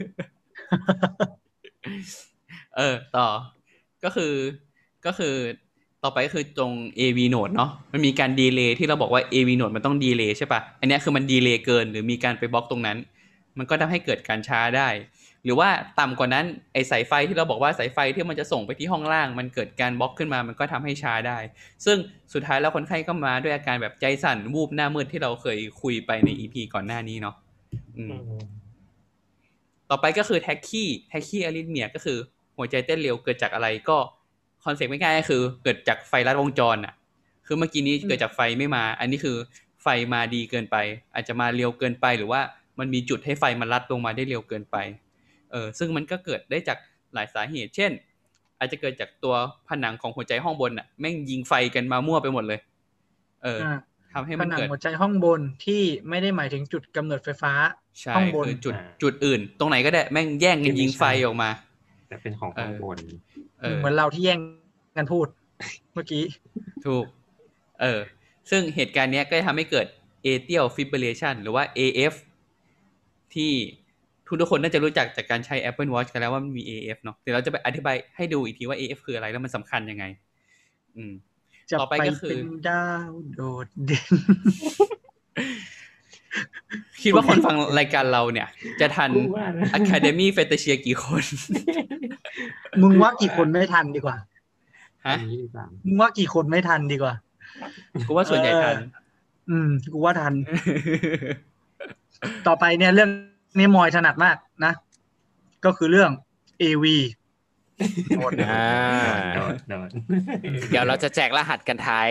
ต่อก็คือต่อไปก็คือตรง AV node เนาะมันมีการดีเลย์ที่เราบอกว่า AV node มันต้องดีเลย์ใช่ป่ะอันนี้คือมันดีเลย์เกินหรือมีการไปบล็อกตรงนั้นมันก็ทำให้เกิดการช้าได้หรือว่าต่ำกว่านั้นไอสายไฟที่เราบอกว่าสายไฟที่มันจะส่งไปที่ห้องล่างมันเกิดการบล็อกขึ้นมามันก็ทำให้ช้าได้ซึ่งสุดท้ายแล้วคนไข้ก็มาด้วยอาการแบบใจสั่นวูบหน้ามืดที่เราเคยคุยไปใน EP ก่อนหน้านี้เนาะต่อไปก็คือแท็กซี่อะริทเมียก็คือหัวใจเต้นเร็วเกิดจากอะไรก็คอนเซ็ปต์ง่ายๆก็คือเกิดจากไฟลัดวงจรคือเมื่อกี้นี้เกิดจากไฟไม่มาอันนี้คือไฟมาดีเกินไปอาจจะมาเร็วเกินไปหรือว่ามันมีจุดให้ไฟมันลัดลงมาได้เร็วเกินไปซึ่งมันก็เกิดได้จากหลายสาเหตุเช่นอาจจะเกิดจากตัวผนังของหัวใจห้องบนแม่งยิงไฟกันมามั่วไปหมดเลยทำให้มันเกิดผนังหัวใจห้องบนที่ไม่ได้หมายถึงจุดกำเนิดไฟฟ้าห้องบนคือจุดอื่นตรงไหนก็ได้แม่งแย่งกันยิงไฟออกมาแต่เป็นของห้องบนเหมือนเราที่แย่งกันพูดเมื่อกี้ถูกซึ่งเหตุการณ์นี้ก็ทำให้เกิด atrial fibrillation หรือว่า AF ที่ทุกคนน่าจะรู้จักจากการใช้ Apple Watch กันแล้วว่ามันมี AF เนาะเดี๋ยวเราจะไปอธิบายให้ดูอีกทีว่า AF คืออะไรแล้วมันสำคัญยังไงต่อไปก็คือเป็นดาวโดดเด่นคิดว่าคนฟังรายการเราเนี่ยจะทัน Academy Fantasia กี่คนมึงว่ากี่คนไม่ทันดีกว่าฮะมึงว่ากี่คนไม่ทันดีกว่ากูว่าส่วนใหญ่ทันกูว่าทัน ต่อไปเนี่ยเรื่องนี้มอยถนัดมากนะก็คือเรื่อง AV เดี๋ยวเราจะแจกรหัสกันท้าย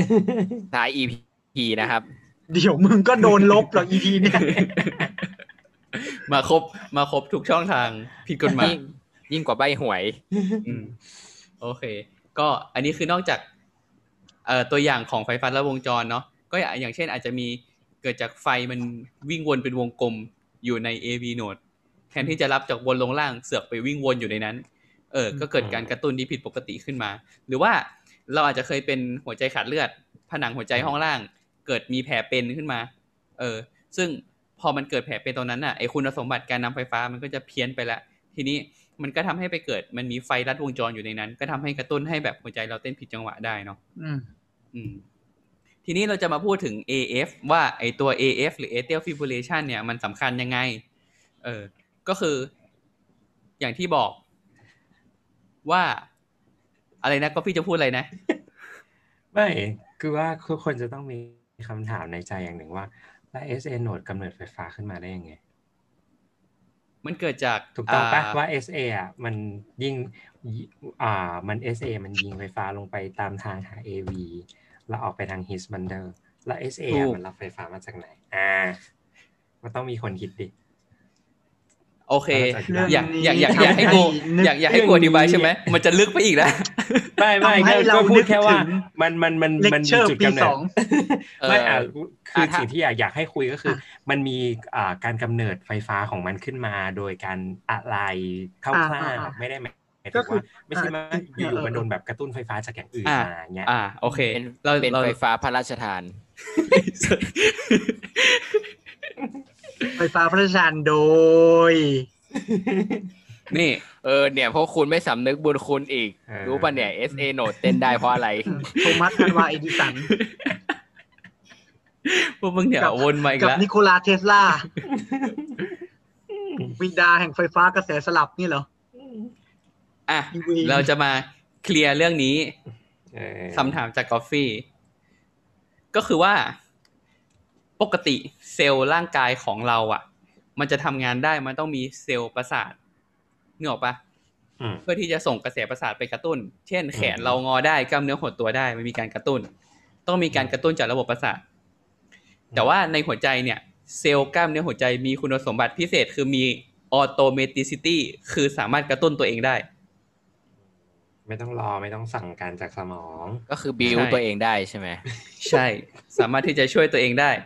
EP นะครับเดี๋ยวมึงก็โดนลบหรอก EP เนี่ยมาครบทุกช่องทางผิดกฎหมายยิ่งกว่าใบหวยโอเคก็อันนี้คือนอกจากตัวอย่างของไฟฟ้าลัดวงจรเนาะก็อย่างเช่นอาจจะมีเกิดจากไฟมันวิ่งวนเป็นวงกลมอยู่ใน AV node แทนที่จะรับจากบนลงล่างเสือกไปวิ่งวนอยู่ในนั้นก็เกิดการกระตุ้นที่ผิดปกติขึ้นมาหรือว่าเราอาจจะเคยเป็นหัวใจขาดเลือดผนังหัวใจห้องล่างเกิดมีแผลเป็นขึ้นมาซึ่งพอมันเกิดแผลเป็นตรงนั้นไอ้คุณสมบัติการนำไฟฟ้ามันก็จะเพี้ยนไปละทีนี้มันก็ทำให้ไปเกิดมันมีไฟลัดวงจรอยู่ในนั้นก็ทำให้กระตุ้นให้แบบหัวใจเราเต้นผิดจังหวะได้เนาะทีนี้เราจะมาพูดถึง AF ว่าไอตัว AF หรือ atrial fibrillation เนี่ยมันสำคัญยังไงก็คืออย่างที่บอกว่าอะไรนะก็พี่จะพูดอะไรนะไม่คือว่าทุกคนจะต้องมีคำถามในใจอย่างหนึ่งว่าแล้ว SA node กำเนิดไฟฟ้าขึ้นมาได้ยังไงมันเกิดจากถูกต้องป่ะว่า SA มันยิงมัน SA มันยิงไฟฟ้าลงไปตามทางหา AV แล้วออกไปทาง His bundle แล้ว SA มันรับไฟฟ้ามาจากไหนมันต้องมีคนคิดดิโอเคอยากให้กูอยากให้กูอธิบายใช่ไหมมันจะลึกไปอีกนะไม่ก็พูดแค่ว่ามันจุดกำเนิดไม่คือสิ่งที่อยากให้คุยก็คือมันมีการกำเนิดไฟฟ้าของมันขึ้นมาโดยการอะไรคร่าวๆไม่ได้หมายถึงว่าไม่ใช่ว่าอยู่มันโดนแบบกระตุ้นไฟฟ้าจากอย่างอื่นมาเงี้ยโอเคเป็นไฟฟ้าพระราชทานไฟฟ้าพระราชทานโดยนี่เนี่ยพวกคุณไม่สำนึกบุญคุณอีกรู้ป่ะเนี่ย SA node เต้นได้เพราะอะไรโทมัส อัลวา เอดิสันพวกมึงเนี่ยวนมาอีกกับแล้วนิโคลาเทสลาบิดาแห่งไฟฟ้ากระแสสลับนี่เหรออ่ะเราจะมาเคลียร์เรื่องนี้ คำถามจากกอฟฟี่ก็คือว่าปกติเซลล์ร่างกายของเราอ่ะมันจะทำงานได้มันต้องมีเซลล์ประสาทนึกออกปะเพื่อที่จะส่งกระแสประสาทไปกระตุ้นเช่นแขนเรางอได้กล้ามเนื้อหดตัวได้มันมีการกระตุ้นต้องมีการกระตุ้นจากระบบประสาทแต่ว่าในหัวใจเนี่ยเซลล์กล้ามเนื้อหัวใจมีคุณสมบัติพิเศษคือมีออโตเมติซิตี้คือสามารถกระตุ้นตัวเองได้ไม่ต้องรอไม่ต้องสั่งการจากสมองก็คือบิวตัวเองได้ใช่ไหมใช่สามารถที่จะช่วยตัวเองได้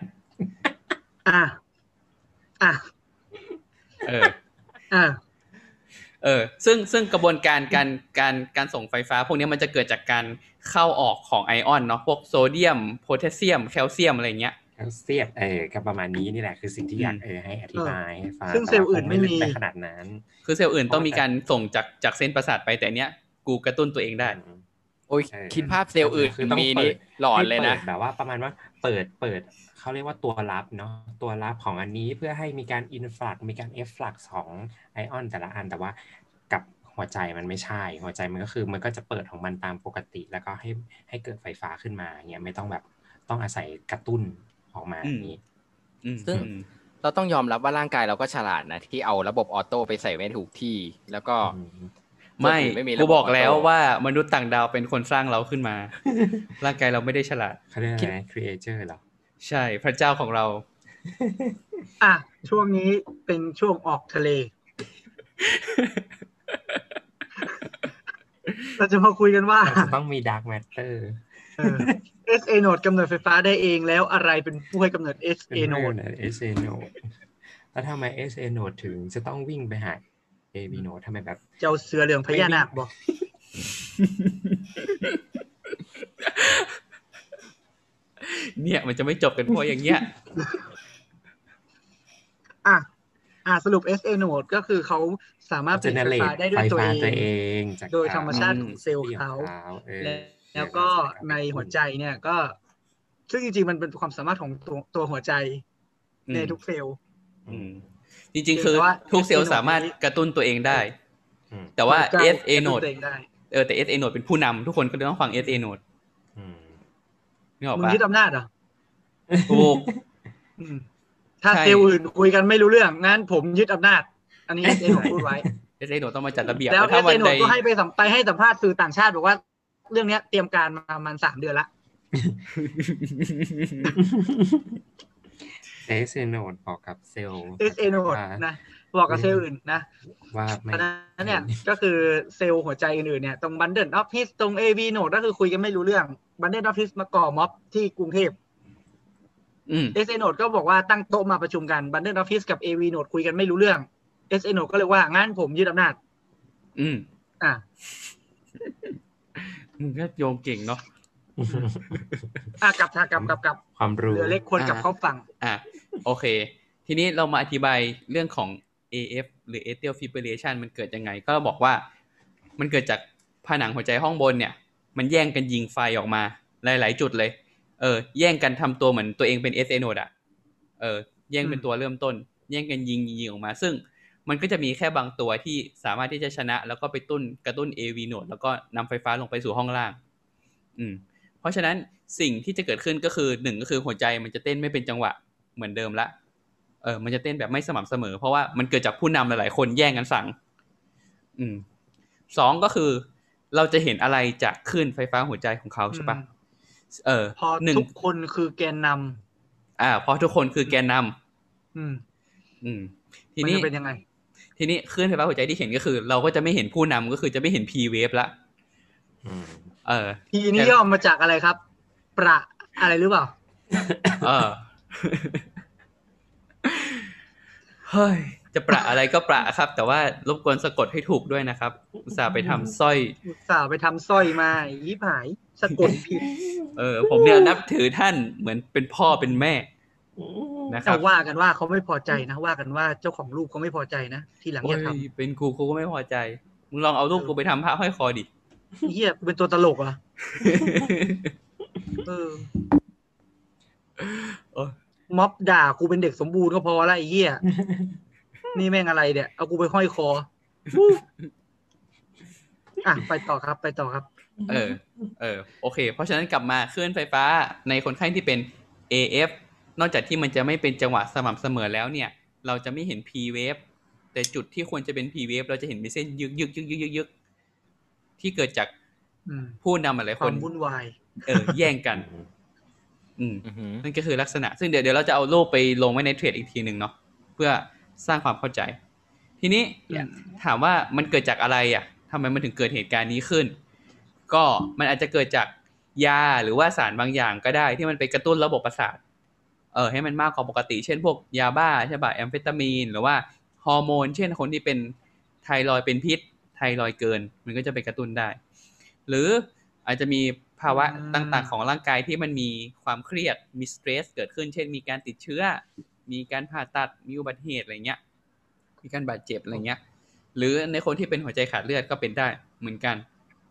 ซึ่งกระบวนการการส่งไฟฟ้าพวกนี้มันจะเกิดจากการเข้าออกของไอออนเนาะพวกโซเดียมโพแทสเซียมแคลเซียมอะไรเงี้ยแคลเซียมก็ประมาณนี้นี่แหละคือสิ่งที่อยากให้อธิบายให้ฟังซึ่งเซลล์อื่นไม่มีไปขนาดนั้นคือเซลล์อื่นต้องมีการส่งจากเส้นประสาทไปแต่เนี้ยกูกระตุ้นตัวเองได้โอ้ยคิดภาพเซลล์อื่นมีนี่หลอนเลยนะแบบว่าประมาณว่าเปิดเขาเรียกว่าตัวรับเนาะตัวรับของอันนี้เพื่อให้มีการอินฟลักซ์มีการเอฟฟลักซ์ของไอออนแต่ละอันแต่ว่ากับหัวใจมันไม่ใช่หัวใจมันก็คือมันก็จะเปิดของมันตามปกติแล้วก็ให้เกิดไฟฟ้าขึ้นมาเงี้ยไม่ต้องแบบต้องอาศัยกระตุ้นออกมาอย่างนี้ซึ่งเราต้องยอมรับว่าร่างกายเราก็ฉลาดนะที่เอาระบบออโต้ไปใส่ไว้ถูกที่แล้วก็ไม่กูบอกแล้วว่ามนุษย์ต่างดาวเป็นคนสร้างเราขึ้นมาร่างกายเราไม่ได้ฉลาดเขาเรียกอะไร creator เหรอใช่พระเจ้าของเราช่วงนี้เป็นช่วงออกทะเลเราจะมาคุยกันว่าต้องมี dark matter SA node กำเนิดไฟฟ้าได้เองแล้วอะไรเป็นผู้ให้กำเนิด SA node SA node แล้วทำไม SA node ถึงจะต้องวิ่งไปหาAV node ทำไมแบบเจ้าเสือเหลืองพญานาคบอกเนี่ยมันจะไม่จบกันเพราะอย่างเงี้ยสรุป SA node ก็คือเขาสามารถผลิตไฟฟ้าได้ด้วยตัวเองโดยธรรมชาติของเซลล์เขาแล้วก็ในหัวใจเนี่ยก็ซึ่งจริงๆมันเป็นความสามารถของตัวหัวใจในทุกเซลล์จริงๆคือทุกเซลล์สามารถกระตุ้นตัวเองได้แต่ว่า SA node แต่ SA node เป็นผู้นำทุกคนก็ต้องฟัง SA node นี่ออกปะมึงยึดอำนาจเหรอถูกถ้าเซลล์อื่นคุยกันไม่รู้เรื่องงั้นผมยึดอำนาจอันนี้ SA node พูดไว้ SA node ต้องมาจัดระเบียบแล้ว SA node ก็ให้ไปให้สัมภาษณ์สื่อต่างชาติบอกว่าเรื่องนี้เตรียมการมาประมาณ3 เดือนละ SA node บอกกับเซลล์ SA node นะบอกกับเซลล์อื่นนะว่าไม่นั้นเนี่ยก็คือเซลล์หัวใจอื่นๆเนี่ยตรง Bundle Office ตรง AV node ก็คือคุยกันไม่รู้เรื่อง Bundle Office มาก่อม็อบที่กรุงเทพSA node ก็บอกว่าตั้งโต๊ะมาประชุมกัน Bundle Office กับ AV node คุยกันไม่รู้เรื่อง SA node ก็เลยว่างั้นผมยึดอำนาจมึงก็โยงเก่งเนาะกลับความรู้เหลือเล็กควรกลับเข้าฝั่งโอเคทีนี้เรามาอธิบายเรื่องของ AF หรือ atrial fibrillation มันเกิดยังไงก็บอกว่ามันเกิดจากผนังหัวใจห้องบนเนี่ยมันแย่งกันยิงไฟออกมาหลายๆจุดเลยแย่งกันทำตัวเหมือนตัวเองเป็น SA node แย่งเป็นตัวเริ่มต้นแย่งกันยิงออกมาซึ่งมันก็จะมีแค่บางตัวที่สามารถที่จะชนะแล้วก็ไปกระตุ้น AV node แล้วก็นำไฟฟ้าลงไปสู่ห้องล่างเพราะฉะนั้นสิ่งที่จะเกิดขึ้นก็คือ1ก็คือหัวใจมันจะเต้นไม่เป็นจังหวะเหมือนเดิมละมันจะเต้นแบบไม่สม่ำเสมอเพราะว่ามันเกิดจากผู้นำหลายๆคนแย่งกันสั่ง2ก็คือเราจะเห็นอะไรจากคลื่นไฟฟ้าหัวใจของเขาใช่ปะพอทุกคนคือแกนนำพอทุกคนคือแกนนำทีนี้เป็นยังไงทีนี้คลื่นไฟฟ้าหัวใจที่เห็นก็คือเราก็จะไม่เห็นผู้นำก็คือจะไม่เห็น P wave ละ P นี้ย่อมาจากอะไรครับประอะไรหรือเปล่าเฮ้ยจะประอะไรก็ประครับแต่ว่ารบกวนสะกดให้ถูกด้วยนะครับอุตส่าห์ไปทำสร้อยมายิบหายสะกดผิดผมเนี่ยนับถือท่านเหมือนเป็นพ่อเป็นแม่นะครับว่ากันว่าเขาไม่พอใจนะว่ากันว่าเจ้าของรูปเขาไม่พอใจนะทีหลังอย่าทำเป็นกูก็ไม่พอใจมึงลองเอารูปกูไปทำพระห้อยคอดิเหี้ยเป็นตัวตลกอ่ะม็อบด่ากูเป็นเด็กสมบูรณ์ก็พอละไอ้เหี้ยนี่แม่งอะไรเนี่ยเอากูไปห้อยคอไปต่อครับโอเคเพราะฉะนั้นกลับมาคลื่นไฟฟ้าในคนไข้ที่เป็น AF นอกจากที่มันจะไม่เป็นจังหวะสม่ำเสมอแล้วเนี่ยเราจะไม่เห็น P wave แต่จุดที่ควรจะเป็น P wave เราจะเห็นเป็นเส้นยึกที่เกิดจากผู้นำหลายคนวุ่นวายแย่งกันนั่นก็คือลักษณะซึ่งเดี๋ยวเราจะเอารูปไปลงไว้ในเทรดอีกทีนึงเนาะเพื่อสร้างความเข้าใจทีนี้ถามว่ามันเกิดจากอะไรทำไมมันถึงเกิดเหตุการณ์นี้ขึ้นก็มันอาจจะเกิดจากยาหรือว่าสารบางอย่างก็ได้ที่มันไปกระตุ้นระบบประสาทให้มันมากกว่าปกติเช่นพวกยาบ้าใช่ป่ะแอมเฟตามีนหรือว่าฮอร์โมนเช่นคนที่เป็นไทรอยด์เป็นพิษไทรอยด์เกินมันก็จะไปกระตุ้นได้หรืออาจจะมีภาวะต่างๆของร่างกายที่มันมีความเครียดมีสเตรสเกิดขึ้นเช่นมีการติดเชื้อมีการผ่าตัดมีอุบัติเหตุอะไรเงี้ยมีการบาดเจ็บอะไรเงี้ยหรือในคนที่เป็นหัวใจขาดเลือดก็เป็นได้เหมือนกัน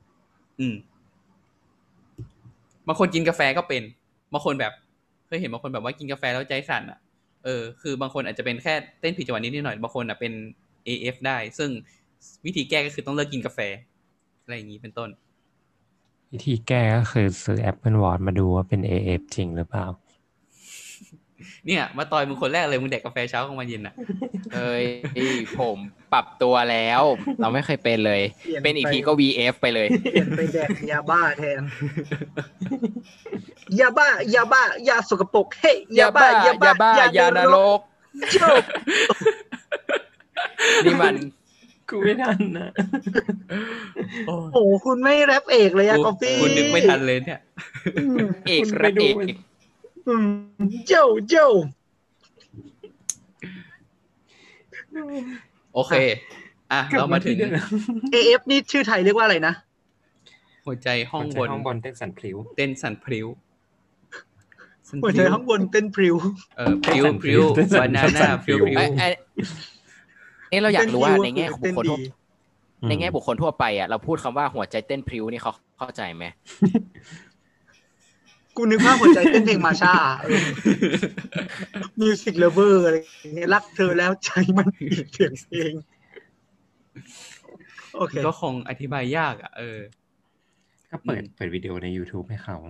บางคนกินกาแฟก็เป็นบางคนแบบเคยเห็นบางคนแบบว่ากินกาแฟแล้วใจสั่นคือบางคนอาจจะเป็นแค่เต้นผิดจังหวะนิดหน่อยบางคนเป็น AF ได้ซึ่งวิธีแก้ก็คือต้องเลิกกินกาแฟอะไรอย่างนี้เป็นต้นวิธีแก้ก็คือซื้อ Apple Watch มาดูว่าเป็น AF จริงหรือเปล่าเนี่ยมาต่อยมึงคนแรกเลยมึงแดกกาแฟเช้ากลางวันเย็นผมปรับตัวแล้วเราไม่เคยเป็นเลยเป็นอีกทีก็ VF ไปเลยเปลี่ยนไปแดกยาบ้าแทนยาบ้ายาสกปรกเฮ้ยยาบ้ายานรกนี่มันกูไม่ทันนะโอ้คุณไม่แรปเอกเลยกาแฟคุณนึกไม่ทันเลยเนี่ยเอกแรปเอกเจ้าโอเคเรามาถึง AF นี่ชื่อไทยเรียกว่าอะไรนะหัวใจห้องบนเต้นสั่นพลิ้วหัวใจห้องบนเต้นพลิ้วพลิ้วบานาน่าพลิ้วเราอยากรู้ว่าในแง่ของบุคคลทั่วไปเราพูดคำว่าหัวใจเต้นพลิ้วนี่เขาเข้าใจไหมกูนึกภาพหัวใจเต้นเพลงมาชามิวสิกเลเวอร์อะไรอย่างเงี้ยรักเธอแล้วใจมันเสียงเพลงโอเคก็คงอธิบายยากก็เปิดวิดีโอใน YouTube ให้เขา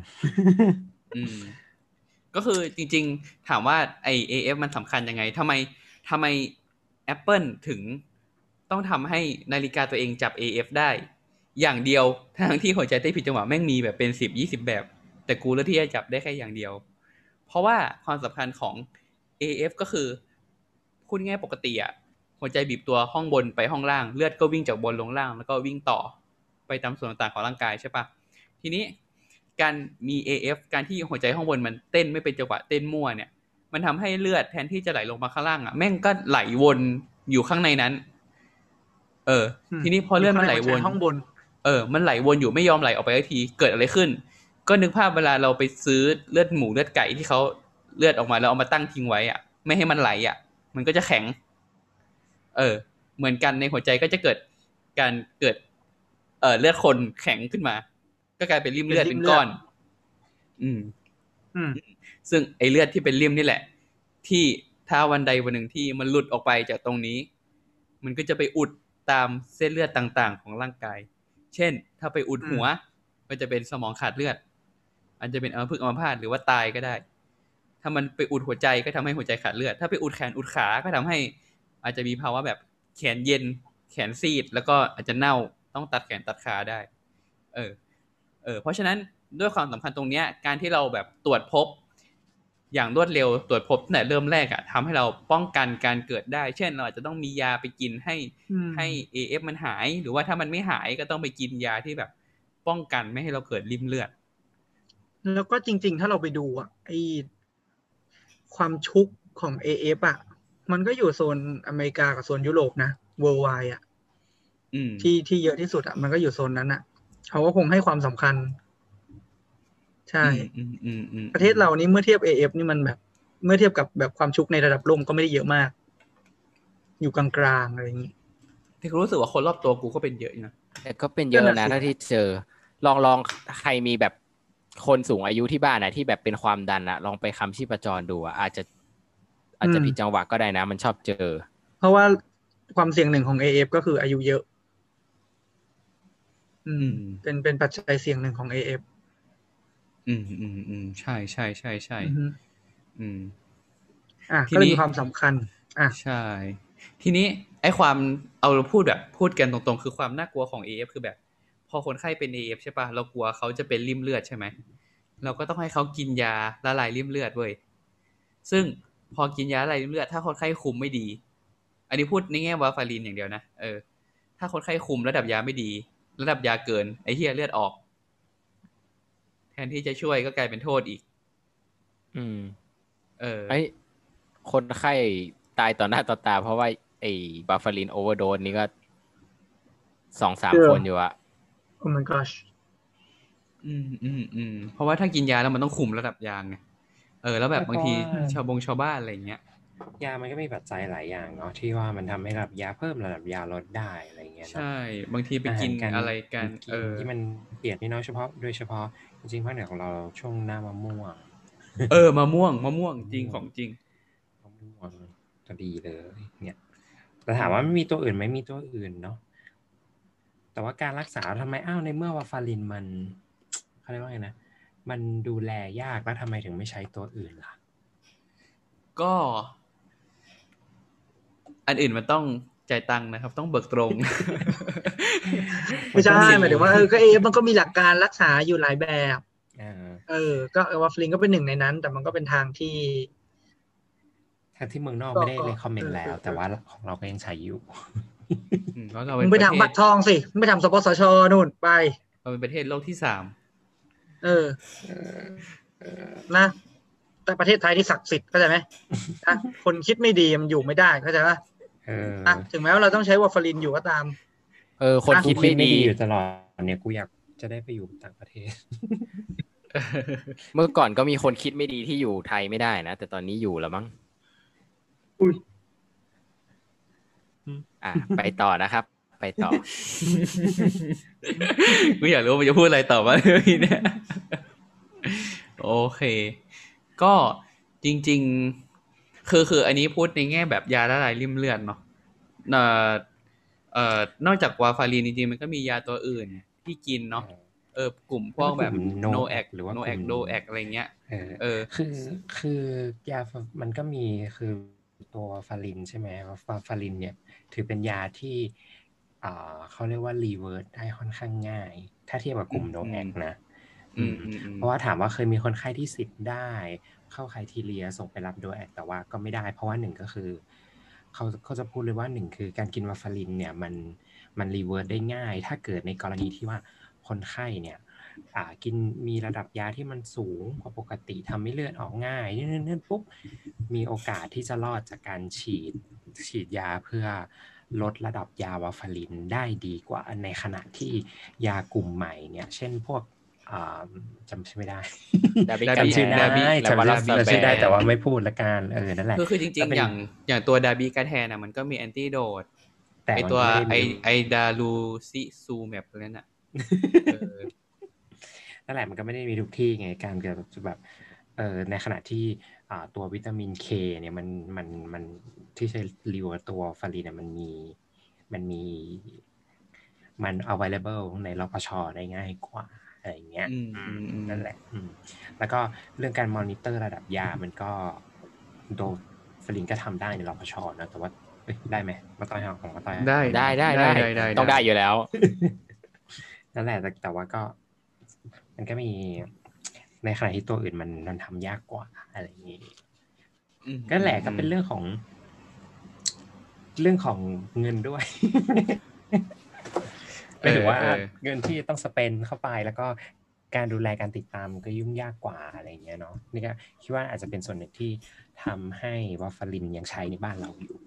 ก็คือจริงๆถามว่าไอ้ AF มันสำคัญยังไงทำไม Apple ถึงต้องทำให้นาฬิกาตัวเองจับ AF ได้อย่างเดียวทั้งที่หัวใจเต้นผิดจังหวะแม่งมีแบบเป็น10-20แบบแต่กูเลือกที่จะจับได้แค่อย่างเดียวเพราะว่าความสำคัญของ AF ก็คือพูดง่ายปกติหัวใจบีบตัวห้องบนไปห้องล่างเลือดก็วิ่งจากบนลงล่างแล้วก็วิ่งต่อไปตามส่วนต่างๆของร่างกายใช่ปะทีนี้การมี AF การที่หัวใจห้องบนมันเต้นไม่เป็นจังหวะเต้นมั่วเนี่ยมันทำให้เลือดแทนที่จะไหลลงมาข้างล่างแม่งก็ไหลวนอยู่ข้างในนั้นทีนี้พอเลือดมันไหลวนห้องบนมันไหลวนอยู่ไม่ยอมไหลออกไปสักทีเกิดอะไรขึ้นก็นึกภาพเวลาเราไปซื้อเลือดหมูเลือดไก่ที่เขาเลือดออกมาแล้วเอามาตั้งทิ้งไว้ไม่ให้มันไหลมันก็จะแข็งเหมือนกันในหัวใจก็จะเกิดการเกิดเลือดคนแข็งขึ้นมาก็กลายเป็นริ่มเลือดเป็นก้อนซึ่งไอเลือดที่เป็นริ่มนี่แหละที่ถ้าวันใดวันหนึ่งที่มันหลุดออกไปจากตรงนี้มันก็จะไปอุดตามเส้นเลือดต่างๆของร่างกายเช่นถ้าไปอุดหัวก็จะเป็นสมองขาดเลือดอาจจะเป็นอัมพฤกษ์อัมพาตหรือว่าตายก็ได้ถ้ามันไปอุดหัวใจก็ทำให้หัวใจขาดเลือดถ้าไปอุดแขนอุดขาก็ทำให้อาจจะมีภาวะแบบแขนเย็นแขนซีดแล้วก็อาจจะเน่าต้องตัดแขนตัดขาได้เพราะฉะนั้นด้วยความสำคัญตรงนี้การที่เราแบบตรวจพบอย่างรวดเร็วตรวจพบตั้งแต่เริ่มแรกทำให้เราป้องกันการเกิดได้เช่นเราอาจจะต้องมียาไปกินให้ AF มันหายหรือว่าถ้ามันไม่หายก็ต้องไปกินยาที่แบบป้องกันไม่ให้เราเกิดริ่มเลือดแล้วก็จริงๆถ้าเราไปดูไอ้ความชุกของ AF มันก็อยู่โซนอเมริกากับโซนยุโรปนะ worldwide ที่เยอะที่สุดมันก็อยู่โซนนั้นเขาก็คงให้ความสำคัญใช่ประเทศเรานี่เมื่อเทียบ AF นี่มันแบบเมื่อเทียบกับแบบความชุกในระดับโลกก็ไม่ได้เยอะมากอยู่กลางๆอะไรอย่างนี้ที่รู้สึกว่าคนรอบตัวกูก็เป็นเยอะนะแต่ก็เป็นเยอะนะถ้าที่เจอลองใครมีแบบคนสูงอายุที่บ้านนะที่แบบเป็นความดันอะลองไปคำชีพจรดูอะอาจจะผิดจังหวะก็ได้นะมันชอบเจอเพราะว่าความเสี่ยงหนึ่งของ AF ก็คืออายุเยอะเป็นปัจจัยเสี่ยงหนึ่งของ AF ใช่ใช่ใช่ใช่ก็เลยมีความสำคัญใช่ทีนี้ไอ้ความเอาพูดกันตรงๆคือความน่ากลัวของ AF คือแบบพอคนไข้เป็น AF ใช่ป่ะเรากลัวเขาจะเป็นริ่มเลือดใช่ไหมเราก็ต้องให้เขากินยาละลายริ่มเลือดเว้ยซึ่งพอกินยาละลายริ่มเลือดถ้าคนไข้คุมไม่ดีอันนี้พูดในแง่วาฟารินอย่างเดียวนะถ้าคนไข้คุมระดับยาไม่ดีระดับยาเกินไอ้เหี้ยเลือดออกแทนที่จะช่วยก็กลายเป็นโทษอีกไอ้คนไข้ตายต่อหน้าต่อตาเพราะว่าไอ้บาฟารินโอเวอร์โดสนี่ก็ 2-3 คนอยู่อะ Oh my gosh เพราะว่าถ้ากินยาแล้วมันต้องคุมระดับยาไงแล้วแบบบางทีชาวบ้านอะไรเงี้ยยามันก็มีปัจจัยหลายอย่างเนาะที่ว่ามันทำให้ระดับยาเพิ่มระดับยาลดได้อะไรเงี้ยใช่บางทีไปกินอะไรกันที่มันเปลี่ยนนี่เนาะโดยเฉพาะจริงๆภาคเหนือของเราช่วงหน้ามะม่วงมะม่วงจริงของจริงมะม่วงจะดีเลยเนี่ยแต่ถามว่าไม่มีตัวอื่นไหมมีตัวอื่นเนาะแต่ว่าการรักษาทำไมในเมื่อวาฟารินมันเขาเรียกว่าไงนะมันดูแลยากแล้วทำไมถึงไม่ใช้ตัวอื่นล่ะก็อันอื่นมันต้องจ่ายตังค์นะครับต้องเบิกตรงไม่ใช่หมายถึงว่าก็มันก็มีหลักการรักษาอยู่หลายแบบก็วาฟารินก็เป็นหนึ่งในนั้นแต่มันก็เป็นทางที่เมืองนอกไม่ได้เลยคอมเมนต์แล้วแต่ว่าของเราก็ยังใช้อยู่มึงไปทำบัตรทองสิไม่ทำสปสช.นู่นไปเราเป็นประเทศโลกที่3 นะแต่ประเทศไทยที่ศักดิ์สิทธิ์เข้าใจไหมถ้าคนคิดไม่ดีมันอยู่ไม่ได้เข้าใจป่ะถึงแม้ว่าเราต้องใช้วาฟารินอยู่ก็ตามคนคิดไม่ดีอยู่ตลอดเนี่ยกูอยากจะได้ไปอยู่ต่างประเทศเมื่อก่อนก็มีคนคิดไม่ดีที่อยู่ไทยไม่ได้นะแต่ตอนนี้อยู่แล้วมั้งไปต่อนะครับไปต่อกูอยากรู้มันจะพูดอะไรต่อมาเนี่ยโอเคก็จริงๆคืออันนี้พูดในแง่แบบยาละลายริ่มเลือดเนาะนอกจากวาฟารินจริงๆมันก็มียาตัวอื่นที่กินเนาะกลุ่มพวกแบบโนแอคหรือว่าโนแอคโดแอคอะไรเงี้ยคือยามันก็มีคือตัวฟารินใช่ไหมฟารินเนี่ยถือเป็นยาที่เขาเรียกว่ารีเวิร์สได้ค่อนข้างง่ายถ้าเทียบกับกลุ่มโนแอคนะเพราะว่าถามว่าเคยมีคนไข้ที่สิทธิ์ได้เข้าไครทีเรียส่งไปรับโดแอคแต่ว่าก็ไม่ได้เพราะว่าหนึ่งก็คือเขาจะพูดเลยว่าหนึ่งคือการกินวาฟารินเนี่ยมันรีเวิร์สได้ง่ายถ้าเกิดในกรณีที่ว่าคนไข้เนี่ยกินมีระดับยาที่มันสูงกว่าปกติทำให้เลือดออกง่ายนั่นปุ๊บมีโอกาสที่จะรอดจากการฉีดยาเพื่อลดระดับยาวาฟารินได้ดีกว่าในขณะที่ยากลุ่มใหม่เนี่ยเช่นพวกจำชื่อไม่ได้จำชื่อได้แต่ว่าไม่พูดละกันนั่นแหละคือจริงๆอย่างตัวดาบิกาแทนมันก็มีแอนติโดดไอตัวไอดาลูซิซูแมปนั่นน่ะนั่นแหละมันก็ไม่ได้มีทุกที่ไงการเกิดแบบในขณะที่ตัววิตามิน K เนี่ยมันที่ใช้รีเวิร์สตัวฟารินเนี่ยมัน available ในรปช.ได้ง่ายกว่าอะไรอย่างเงี้ยนั่นแหละแล้วก็เรื่องการมอนิเตอร์ระดับยามันก็โดฟารินก็ทำได้ในรปช.นะแต่ว่าได้ไหมมาต่อยของมาต่อยได้ต้องได้อยู่แล้วนั่นแหละแต่ว่าก็มันก็มีในขณะที่ตัวอื่นมันทำยากกว่าอะไรอย่างงี้ก็แหละก็เป็นเรื่องของเงินด้วยหรือว่าเงินที่ต้องสเปนเข้าไปแล้วก็การดูแลการติดตามก็ยุ่งยากกว่าอะไรอย่างเงี้ยเนาะนี่ก็คิดว่าอาจจะเป็นส่วนหนึ่งที่ทำให้วาฟารินยังใช้ในบ้านเราอยู่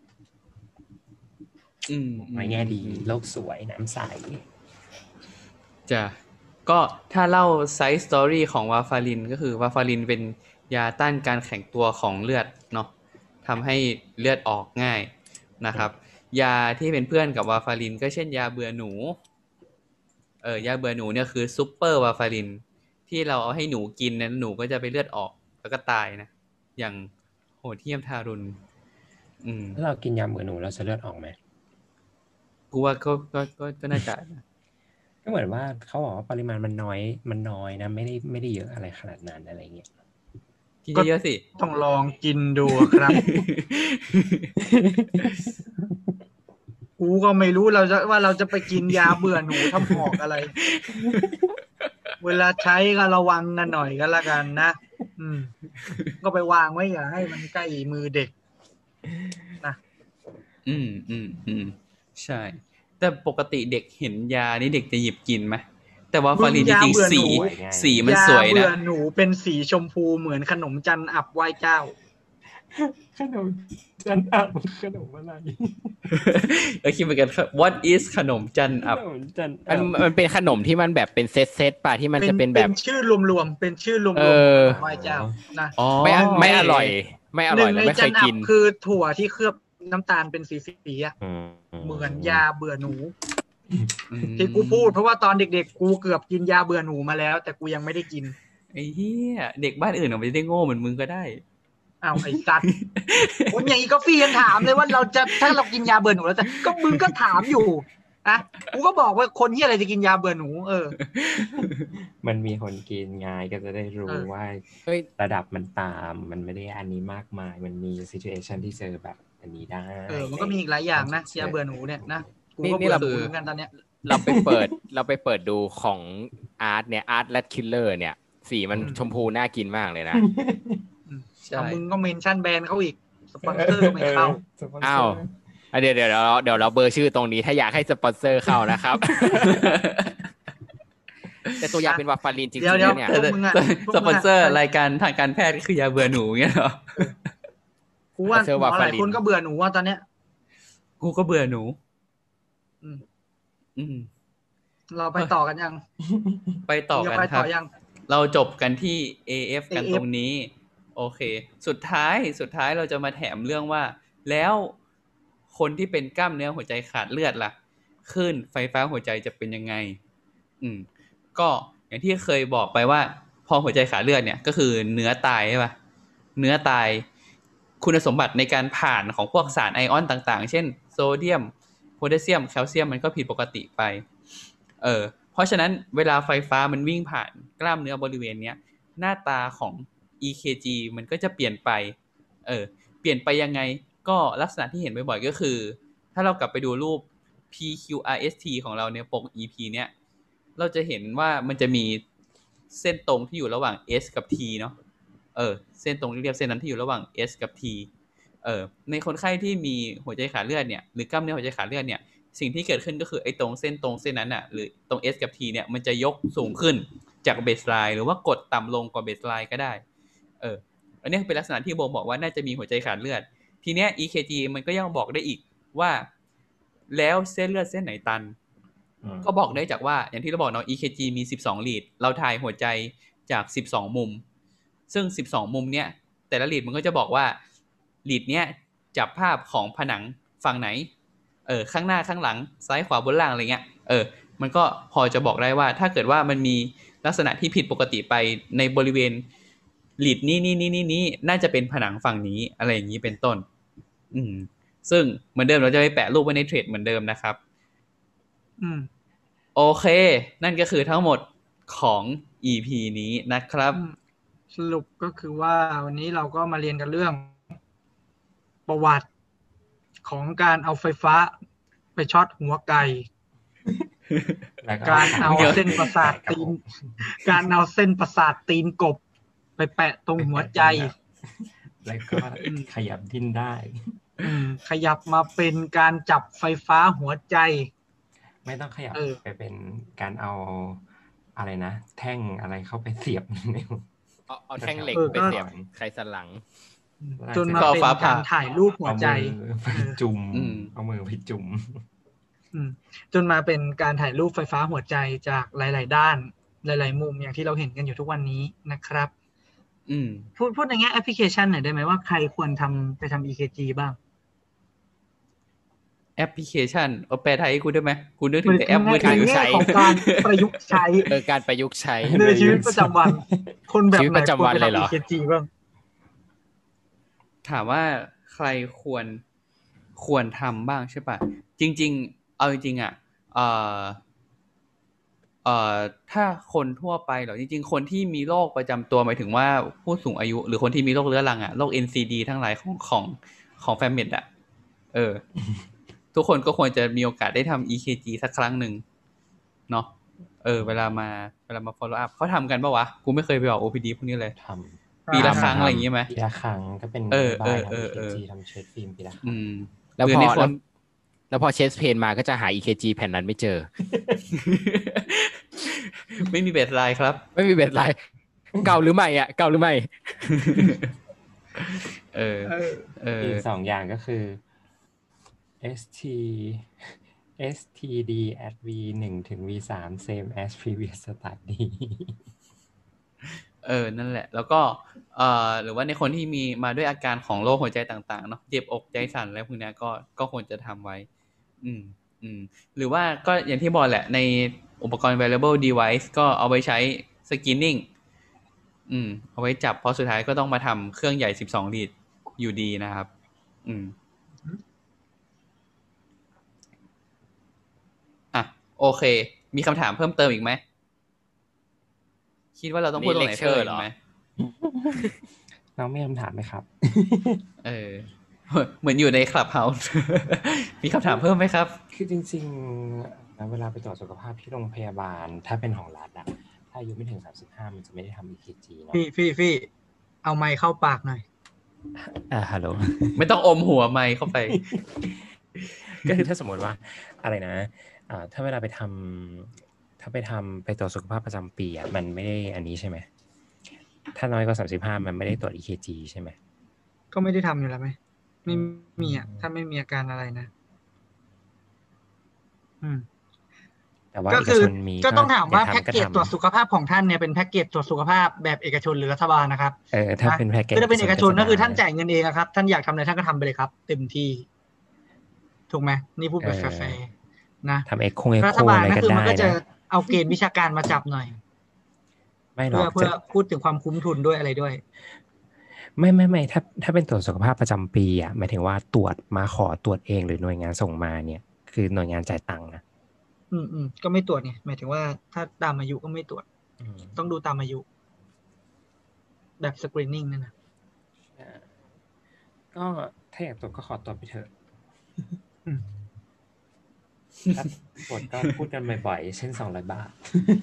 ในแง่ดีโลกสวยน้ำใสจ้ะก็ถ้าเล่าไซส์สตอรี่ของวาฟารินก็คือวาฟารินเป็นยาต้านการแข็งตัวของเลือดเนาะทำให้เลือดออกง่ายนะครับยาที่เป็นเพื่อนกับวาฟารินก็เช่นยาเบื่อหนูยาเบื่อหนูเนี่ยคือซุปเปอร์วาฟารินที่เราเอาให้หนูกินนั้นหนูก็จะไปเลือดออกแล้วก็ตายนะอย่างโหดเหี้ยมทารุณถ้าเรากินยาเบื่อหนูเราจะเลือดออกไหมกูว่าก็น่าจะก็เหมือนว่าเขาบอกว่าปริมาณมันน้อยนะไม่ได้เยอะอะไรขนาดนั้นอะไรเงี้ยกินเยอะสิต้องลองกินดูครับ กูก็ไม่รู้เราจะไปกินยาเบื่อหนูทำหอกอะไร เวลาใช้ก็ระวังกันหน่อยก็แล้วกันนะก็ไปวางไว้อย่าให้มันใกล้มือเด็กนะใช่แต่ปกติเด็กเห็นยานี่เด็กจะหยิบกินไหมแต่ว่าฟารินจริงๆสีมันสวยนะยาเบื่อหนูเป็นสีชมพูเหมือนขนมจันอับไหว้เจ้าขนมจันอับขนมอะไรคิดเหมือนกัน What is ขนมจันอับมันเป็นขนมที่มันแบบเป็นเซตป่ะที่มันจะเป็นแบบเป็นชื่อรวมๆเป็นชื่อรวมๆไหว้เจ้านะไม่อร่อยแล้วไม่เคยกินคือถั่วที่เคลือบน้ำตาลเป็นสีๆอ่ะเหมือนยาเบื่อหนูที่กูพูดเพราะว่าตอนเด็กๆกูเกือบกินยาเบื่อหนูมาแล้วแต่กูยังไม่ได้กินไอ้เหี้ยเด็กบ้านอื่นเอาไปได้โง่เหมือนมึงก็ได้อ้าวไอ้สัตว์คนอย่างอีกาแฟยังถามเลยว่าเราจะถ้าเรากินยาเบื่อหนูแล้วจะก็มึงก็ถามอยู่นะกูก็บอกว่าคนที่อะไรจะกินยาเบื่อหนูมันมีคนกินไงก็จะได้รู้ว่าระดับมันตามมันไม่ได้อันนี้มากมายมันมีซิทูเอชั่นที่เจอแบบอันนี้ได้มันก็มีอีกหลายอย่างนะยาเบื่อหนูเนี่ยนะกูก็เบื่อหนูเหมือนกันตอนเนี้ยเราไปเปิดดูของอาร์ตเนี่ยอาร์ตและคิลเลอร์เนี่ยสีมันชมพูน่ากินมากเลยนะมึงก็เมนชั่นแบรนด์เขาอีกสปอนเซอร์ไม่เข้าอ้าวเดี๋ยวเราเบอร์ชื่อตรงนี้ถ้าอยากให้สปอนเซอร์เข้านะครับแต่ตัวยาเป็นวาฟารินจริงๆเนี่ยสปอนเซอร์รายการทางการแพทย์คือยาเบื่อหนูเงี้ยเหรอกูว่าหลายคนก็เบื่อหนูว่าตอนเนี้ยกูก็เบื่อหนูเราไปต่อกันยังไปต่อกันครับเราจบกันที่ AF กันตรงนี้โอเคสุดท้ายเราจะมาแถมเรื่องว่าแล้วคนที่เป็นกล้ามเนื้อหัวใจขาดเลือดล่ะคลื่นไฟฟ้าหัวใจจะเป็นยังไงก็อย่างที่เคยบอกไปว่าพอหัวใจขาดเลือดเนี่ยก็คือเนื้อตายใช่ป่ะเนื้อตายคุณสมบัติในการผ่านของพวกสารไอออนต่างๆเช่นโซเดียมโพแทสเซียมแคลเซียมมันก็ผิดปกติไปเพราะฉะนั้นเวลาไฟฟ้ามันวิ่งผ่านกล้ามเนื้อบริเวณเนี้ยหน้าตาของ EKG มันก็จะเปลี่ยนไปเปลี่ยนไปยังไงก็ลักษณะที่เห็นบ่อยๆก็คือถ้าเรากลับไปดูรูป PQRST ของเราเนี่ยปก EP เนี้ยเราจะเห็นว่ามันจะมีเส้นตรงที่อยู่ระหว่าง S กับ T เนาะเส้นตรงเรียบเส้นนั้นที่อยู่ระหว่าง S กับ T ในคนไข้ที่มีหัวใจขาดเลือดเนี่ยหรือกล้ามเนื้อหัวใจขาดเลือดเนี่ยสิ่งที่เกิดขึ้นก็คือไอ้ตรงเส้นนั้นน่ะหรือตรง S กับ T เนี่ยมันจะยกสูงขึ้นจากเบสไลน์หรือว่ากดต่ำลงกว่าเบสไลน์ก็ได้อันนี้เป็นลักษณะที่บ่งบอกว่าน่าจะมีหัวใจขาดเลือดทีเนี้ย EKG มันก็ยังบอกได้อีกว่าแล้วเส้นเลือดเส้นไหนตันก็บอกได้จากว่าอย่างที่เราบอกเนาะ EKG มี12ลีดเราถ่ายหัวใจจาก12มุมซึ่ง12มุมเนี้ยแต่ละลีดมันก็จะบอกว่าลีดเนี้ยจับภาพของผนังฝั่งไหนข้างหน้าข้างหลังซ้ายขวาบนล่างอะไรเงี้ยมันก็พอจะบอกได้ว่าถ้าเกิดว่ามันมีลักษณะที่ผิดปกติไปในบริเวณลีดนี้น่าจะเป็นผนังฝั่งนี้อะไรอย่างนี้เป็นต้นซึ่งเหมือนเดิมเราจะไปแปะรูปไว้ในเทรดเหมือนเดิมนะครับโอเคนั่นก็คือทั้งหมดของ EP นี้นะครับสรุปก็คือว่าวันนี้เราก็มาเรียนกันเรื่องประวัติของการเอาไฟฟ้าไปช็อตหัวไก่การเอาเส้นประสาทตีนกบไปแปะตรงหัวใจแล้วก็ขยับดิ้นได้ขยับมาเป็นการจับไฟฟ้าหัวใจไม่ต้องขยับไปเป็นการเอาอะไรนะแท่งอะไรเข้าไปเสียบเอาแท่งเหล็กไปเสียบไขสันหลังจนมาเป็นการถ่ายรูปหัวใจจุ่มเอามือไปจุ่มจนมาเป็นการถ่ายรูปไฟฟ้าหัวใจจากหลายๆด้านหลายๆมุมอย่างที่เราเห็นกันอยู่ทุกวันนี้นะครับพูดในแง่แอปพลิเคชันหน่อยได้ไหมว่าใครควรไปทำ EKG บ้างแอปพลิเคชันเอาแปลไทยให้กูได้ไหมกูนึกถึงแต่แอปมือถือในแง่ของการประยุกต์ใช้การประยุกต์ใช้ในชีวิตประจำวันคนแบบชีวิตไหนประจำวันเลยเหรอควรไปทำ EKG บ้างถามว่าใครควรทำบ้างใช่ปะจริงๆเอาจริงๆอ่ะถ้าคนทั่วไปเหรอจริงๆคนที่มีโรคประจำตัวหมายถึงว่าผู้สูงอายุหรือคนที่มีโรคเรื้อรังอ่ะโรค NCD ทั้งหลายของแฟมเมดอ่ะทุกคนก็ควรจะมีโอกาสได้ทำ EKG สักครั้งหนึ่งเนาะเวลามา follow up เขาทำกันปะวะกูไม่เคยไปออก OPD พวกนี้เลยทำปีละครั้งอะไรอย่างงี้ไหมปีละครั้งก็เป็นบายทำ EKG ทำเช็คฟิล์มปีละครั้งแล้วพอเชสเพนมาก็จะหา EKG แผ่นนั้นไม่เจอไม่มีเบสไลน์ครับไม่มีเบสไลน์เก่าหรือไม่อีก2อย่างก็คือ STD at V1 ถึง V3 same as previous study นั่นแหละแล้วก็หรือว่าในคนที่มีมาด้วยอาการของโรคหัวใจต่างๆเนาะเจ็บอกใจสั่นอะไรพวกนี้ก็ควรจะทำไว้หรือว่าก็อย่างที่บอกแหละในอุปกรณ์ wearable device ก็เอาไว้ใช้ screening เอาไว้จับเพราะสุดท้ายก็ต้องมาทำเครื่องใหญ่12ลีดอยู่ดีนะครับโอเคมีคำถามเพิ่มเติมอีกไหมคิดว่าเราต้องพูดตรงไหนเพิ่มไหมเราไม่คำถามไหมครับเหมือนอยู่ในคลับเฮาส์ มีคำถามเพิ่มไหมครับคือจริงๆเวลาไปตรวจสุขภาพที่โรงพยาบาลถ้าเป็นของรัฐอะถ้าอายุไม่ถึง35มันจะไม่ได้ทำ EKG เนาะพี่เอาไมค์เข้าปากหน่อยฮัลโหลไม่ต้องอมหัวไมค์เข้าไปก็คือถ้าสมมติว่าอะไรนะถ้าเวลาไปตรวจสุขภาพประจำปีอ่ะมันไม่ได้อันนี้ใช่ไหมถ้าน้อยกว่า35มันไม่ได้ตรวจ EKG ใช่ไหมก็ไม่ได้ทำอยู่แล้วไหมไม่มีอ่ะถ้าไม่มีอาการอะไรนะแต่ว่าก็คือก็ต้องถามว่าแพ็กเกจตรวจสุขภาพของท่านเนี่ยเป็นแพ็กเกจตรวจสุขภาพแบบเอกชนหรือรัฐบาลนะครับถ้าเป็นแพ็กเกจถ้าเป็นเอกชนก็คือท่านจ่ายเงินเองครับท่านอยากทำอะไรท่านก็ทำไปเลยครับเต็มที่ถูกไหมนี่พูดแบบแฟร์นะทำเอ็กโครัฐบาลก็คือมันก็จะเอาเกณฑ์วิชาการมาจับหน่อยไม่หรอกเพื่อพูดถึงความคุ้มทุนด้วยอะไรด้วยไม่ถ้าเป็นตรวจสุขภาพประจำปีอ่ะหมายถึงว่าตรวจมาขอตรวจเองหรือหน่วยงานส่งมาเนี่ยคือหน่วยงานจ่ายตังค์นะก็ไม่ตรวจไงหมายถึงว่าถ้าตามอายุก็ไม่ตรวจต้องดูตามอายุแบบสกรีนนิ่งนั่นนะก็ถ้าอยากตรวจก็ขอตรวจไปเถอะตรวจก็พูดกันบ่อยๆเช่น200 บาท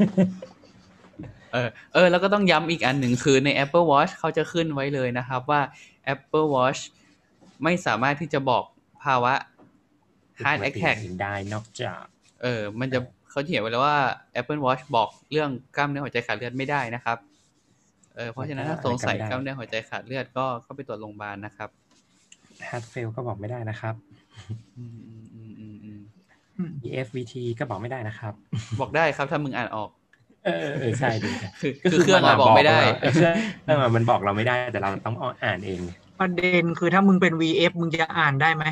แล้วก็ต้องย้ำอีกอันหนึ่งคือใน Apple Watch เขาจะขึ้นไว้เลยนะครับว่า Apple Watch ไม่สามารถที่จะบอกภาวะ Heart Attack ได้นอกจากมันจะเขาเขียนไว้แล้วว่า Apple Watch บอกเรื่องกล้ามเนื้อหัวใจขาดเลือดไม่ได้นะครับเพราะฉะนั้นถ้าสงสัยกล้ามเนื้อหัวใจขาดเลือดก็ไปตรวจโรงพยาบาลนะครับ Heart fail ก็บอกไม่ได้นะครับEFVT ก็บอกไม่ได้นะครับบอกได้ครับถ้ามึงอ่านออกใช่ดิคือเครื่องเราบอกไม่ได้เครื่องมันบอกเราไม่ได้แต่เราต้องอ่านเองประเด็นคือถ้ามึงเป็น VF มึงจะอ่านได้ไหม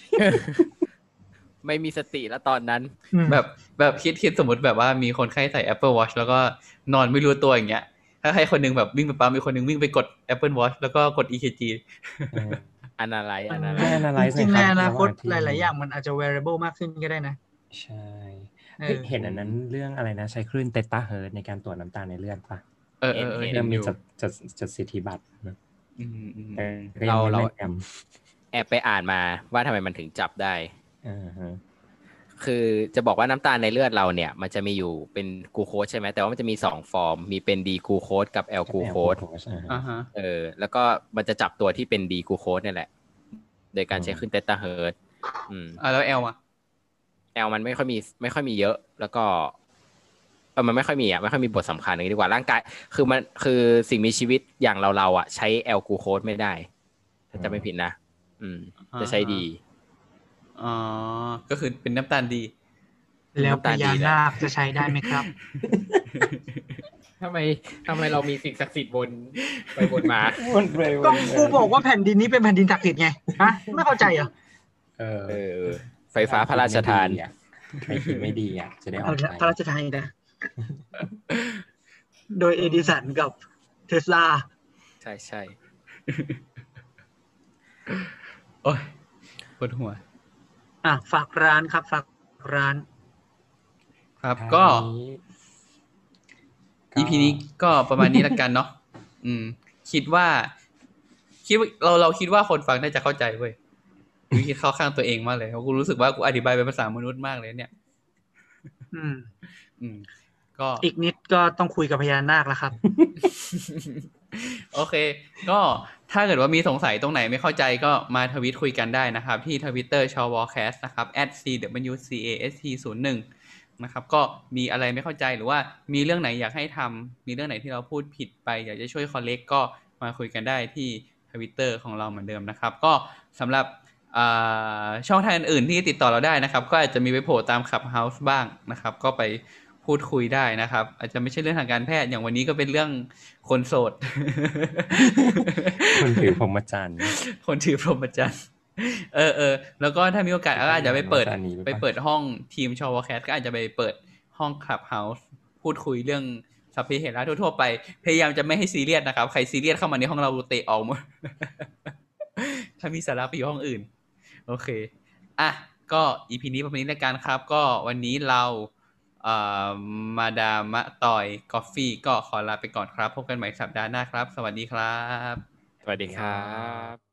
ไม่มีสติแล้วตอนนั้นแบบคิดสมมติแบบว่ามีคนไข้ใส่ Apple Watch แล้วก็นอนไม่รู้ตัวอย่างเงี้ยถ้าให้คนนึงแบบวิ่งไปปั๊มมีคนนึงวิ่งไปกด Apple Watch แล้วก็กด EKG อันอะไรจริงๆในอนาคตหลายๆอย่างมันอาจจะ wearable มากขึ้นก็ได้นะใช่เห็นอันนั้นเรื่องอะไรนะใช้คลื่นเทตาเฮิร์ตในการตรวจน้ำตาลในเลือดป่ะเริ่มมีจดสิทธิบัตรนะเราแอบไปอ่านมาว่าทำไมมันถึงจับได้คือจะบอกว่าน้ำตาลในเลือดเราเนี่ยมันจะมีอยู่เป็นกลูโคสใช่ไหมแต่ว่ามันจะมี2ฟอร์มมีเป็นดีกลูโคสกับแอลกลูโคสแล้วก็มันจะจับตัวที่เป็นดีกลูโคสนี่แหละโดยการใช้คลื่นเทตาเฮิร์ตแล้วแอลอ่ะมันไม่ค่อยมีเยอะแล้วก็มันไม่ค่อยมีบทสำคัญอย่างนี้ดีกว่าร่างกายคือมันคือสิ่งมีชีวิตอย่างเราอ่ะใช้แอลกลูโคสไม่ได้ถ้าจะไม่ผิดนะจะใช้ดีก็คือเป็นน้ำตาลดีแล้วพญานาคจะใช้ได้ไหมครับทำไมเรามีสิ่งศักดิ์สิทธิ์วนไปวนมาก็กูบอกว่าแผ่นดินนี้เป็นแผ่นดินศักดิ์สิทธิ์ไงฮะไม่เข้าใจเหรอไฟฟ้าพระราชทานใครคิดไม่ดีอ่ะจะได้ออกไปพระราชทานนะ โดยเอดิสันกับเทสลาใช่ใช่โอ้ยปวดหัวฝากร้านครับฝากร้านครับก็ EP นี้ก็ประมาณนี้ละกันเนาะคิดว่าเราคิดว่าคนฟังน่าจะเข้าใจเว้ยกูคิดเข้าข้างตัวเองมากเลยเพราะกูรู้สึกว่ากูอธิบายเป็นภาษามนุษย์มากเลยเนี่ยก็อีกนิดก็ต้องคุยกับพญานาคแล้วครับโอเคก็ถ้าเกิดว่ามีสงสัยตรงไหนไม่เข้าใจก็มาทวิตคุยกันได้นะครับที่ Twitter @chawcast นะครับ @cwcast01 นะครับก็มีอะไรไม่เข้าใจหรือว่ามีเรื่องไหนอยากให้ทำมีเรื่องไหนที่เราพูดผิดไปอยากจะช่วยคอลเลกก็มาคุยกันได้ที่ Twitter ของเราเหมือนเดิมนะครับก็สำหรับช่องทางอื่นๆที่ติดต่อเราได้นะครับก็อาจจะมีไปโผล่ตาม Clubhouse บ้างนะครับก็ไปพูดคุยได้นะครับอาจจะไม่ใช่เรื่องทางการแพทย์อย่างวันนี้ก็เป็นเรื่องคนโสดคนถือพรหมจรรย์คนถือพรหมจรรย์แล้วก็ถ้ามีโอกาสก็อาจจะไปเปิดห้องทีมชาวแคสก็อาจจะไปเปิดห้อง Clubhouse พูดคุยเรื่องสัพเพเหระทั่วๆไปพยายามจะไม่ให้ซีเรียสนะครับใครซีเรียสเข้ามาในห้องเราเตะออกหมด ถ้ามีสาระไปอยู่ห้องอื่นโอเคก็ EP นี้ประมาณนี้แล้วกันครับก็วันนี้เรามาดามะต่อยกาแฟก็ขอลาไปก่อนครับพบกันใหม่สัปดาห์หน้าครับสวัสดีครับสวัสดีครับ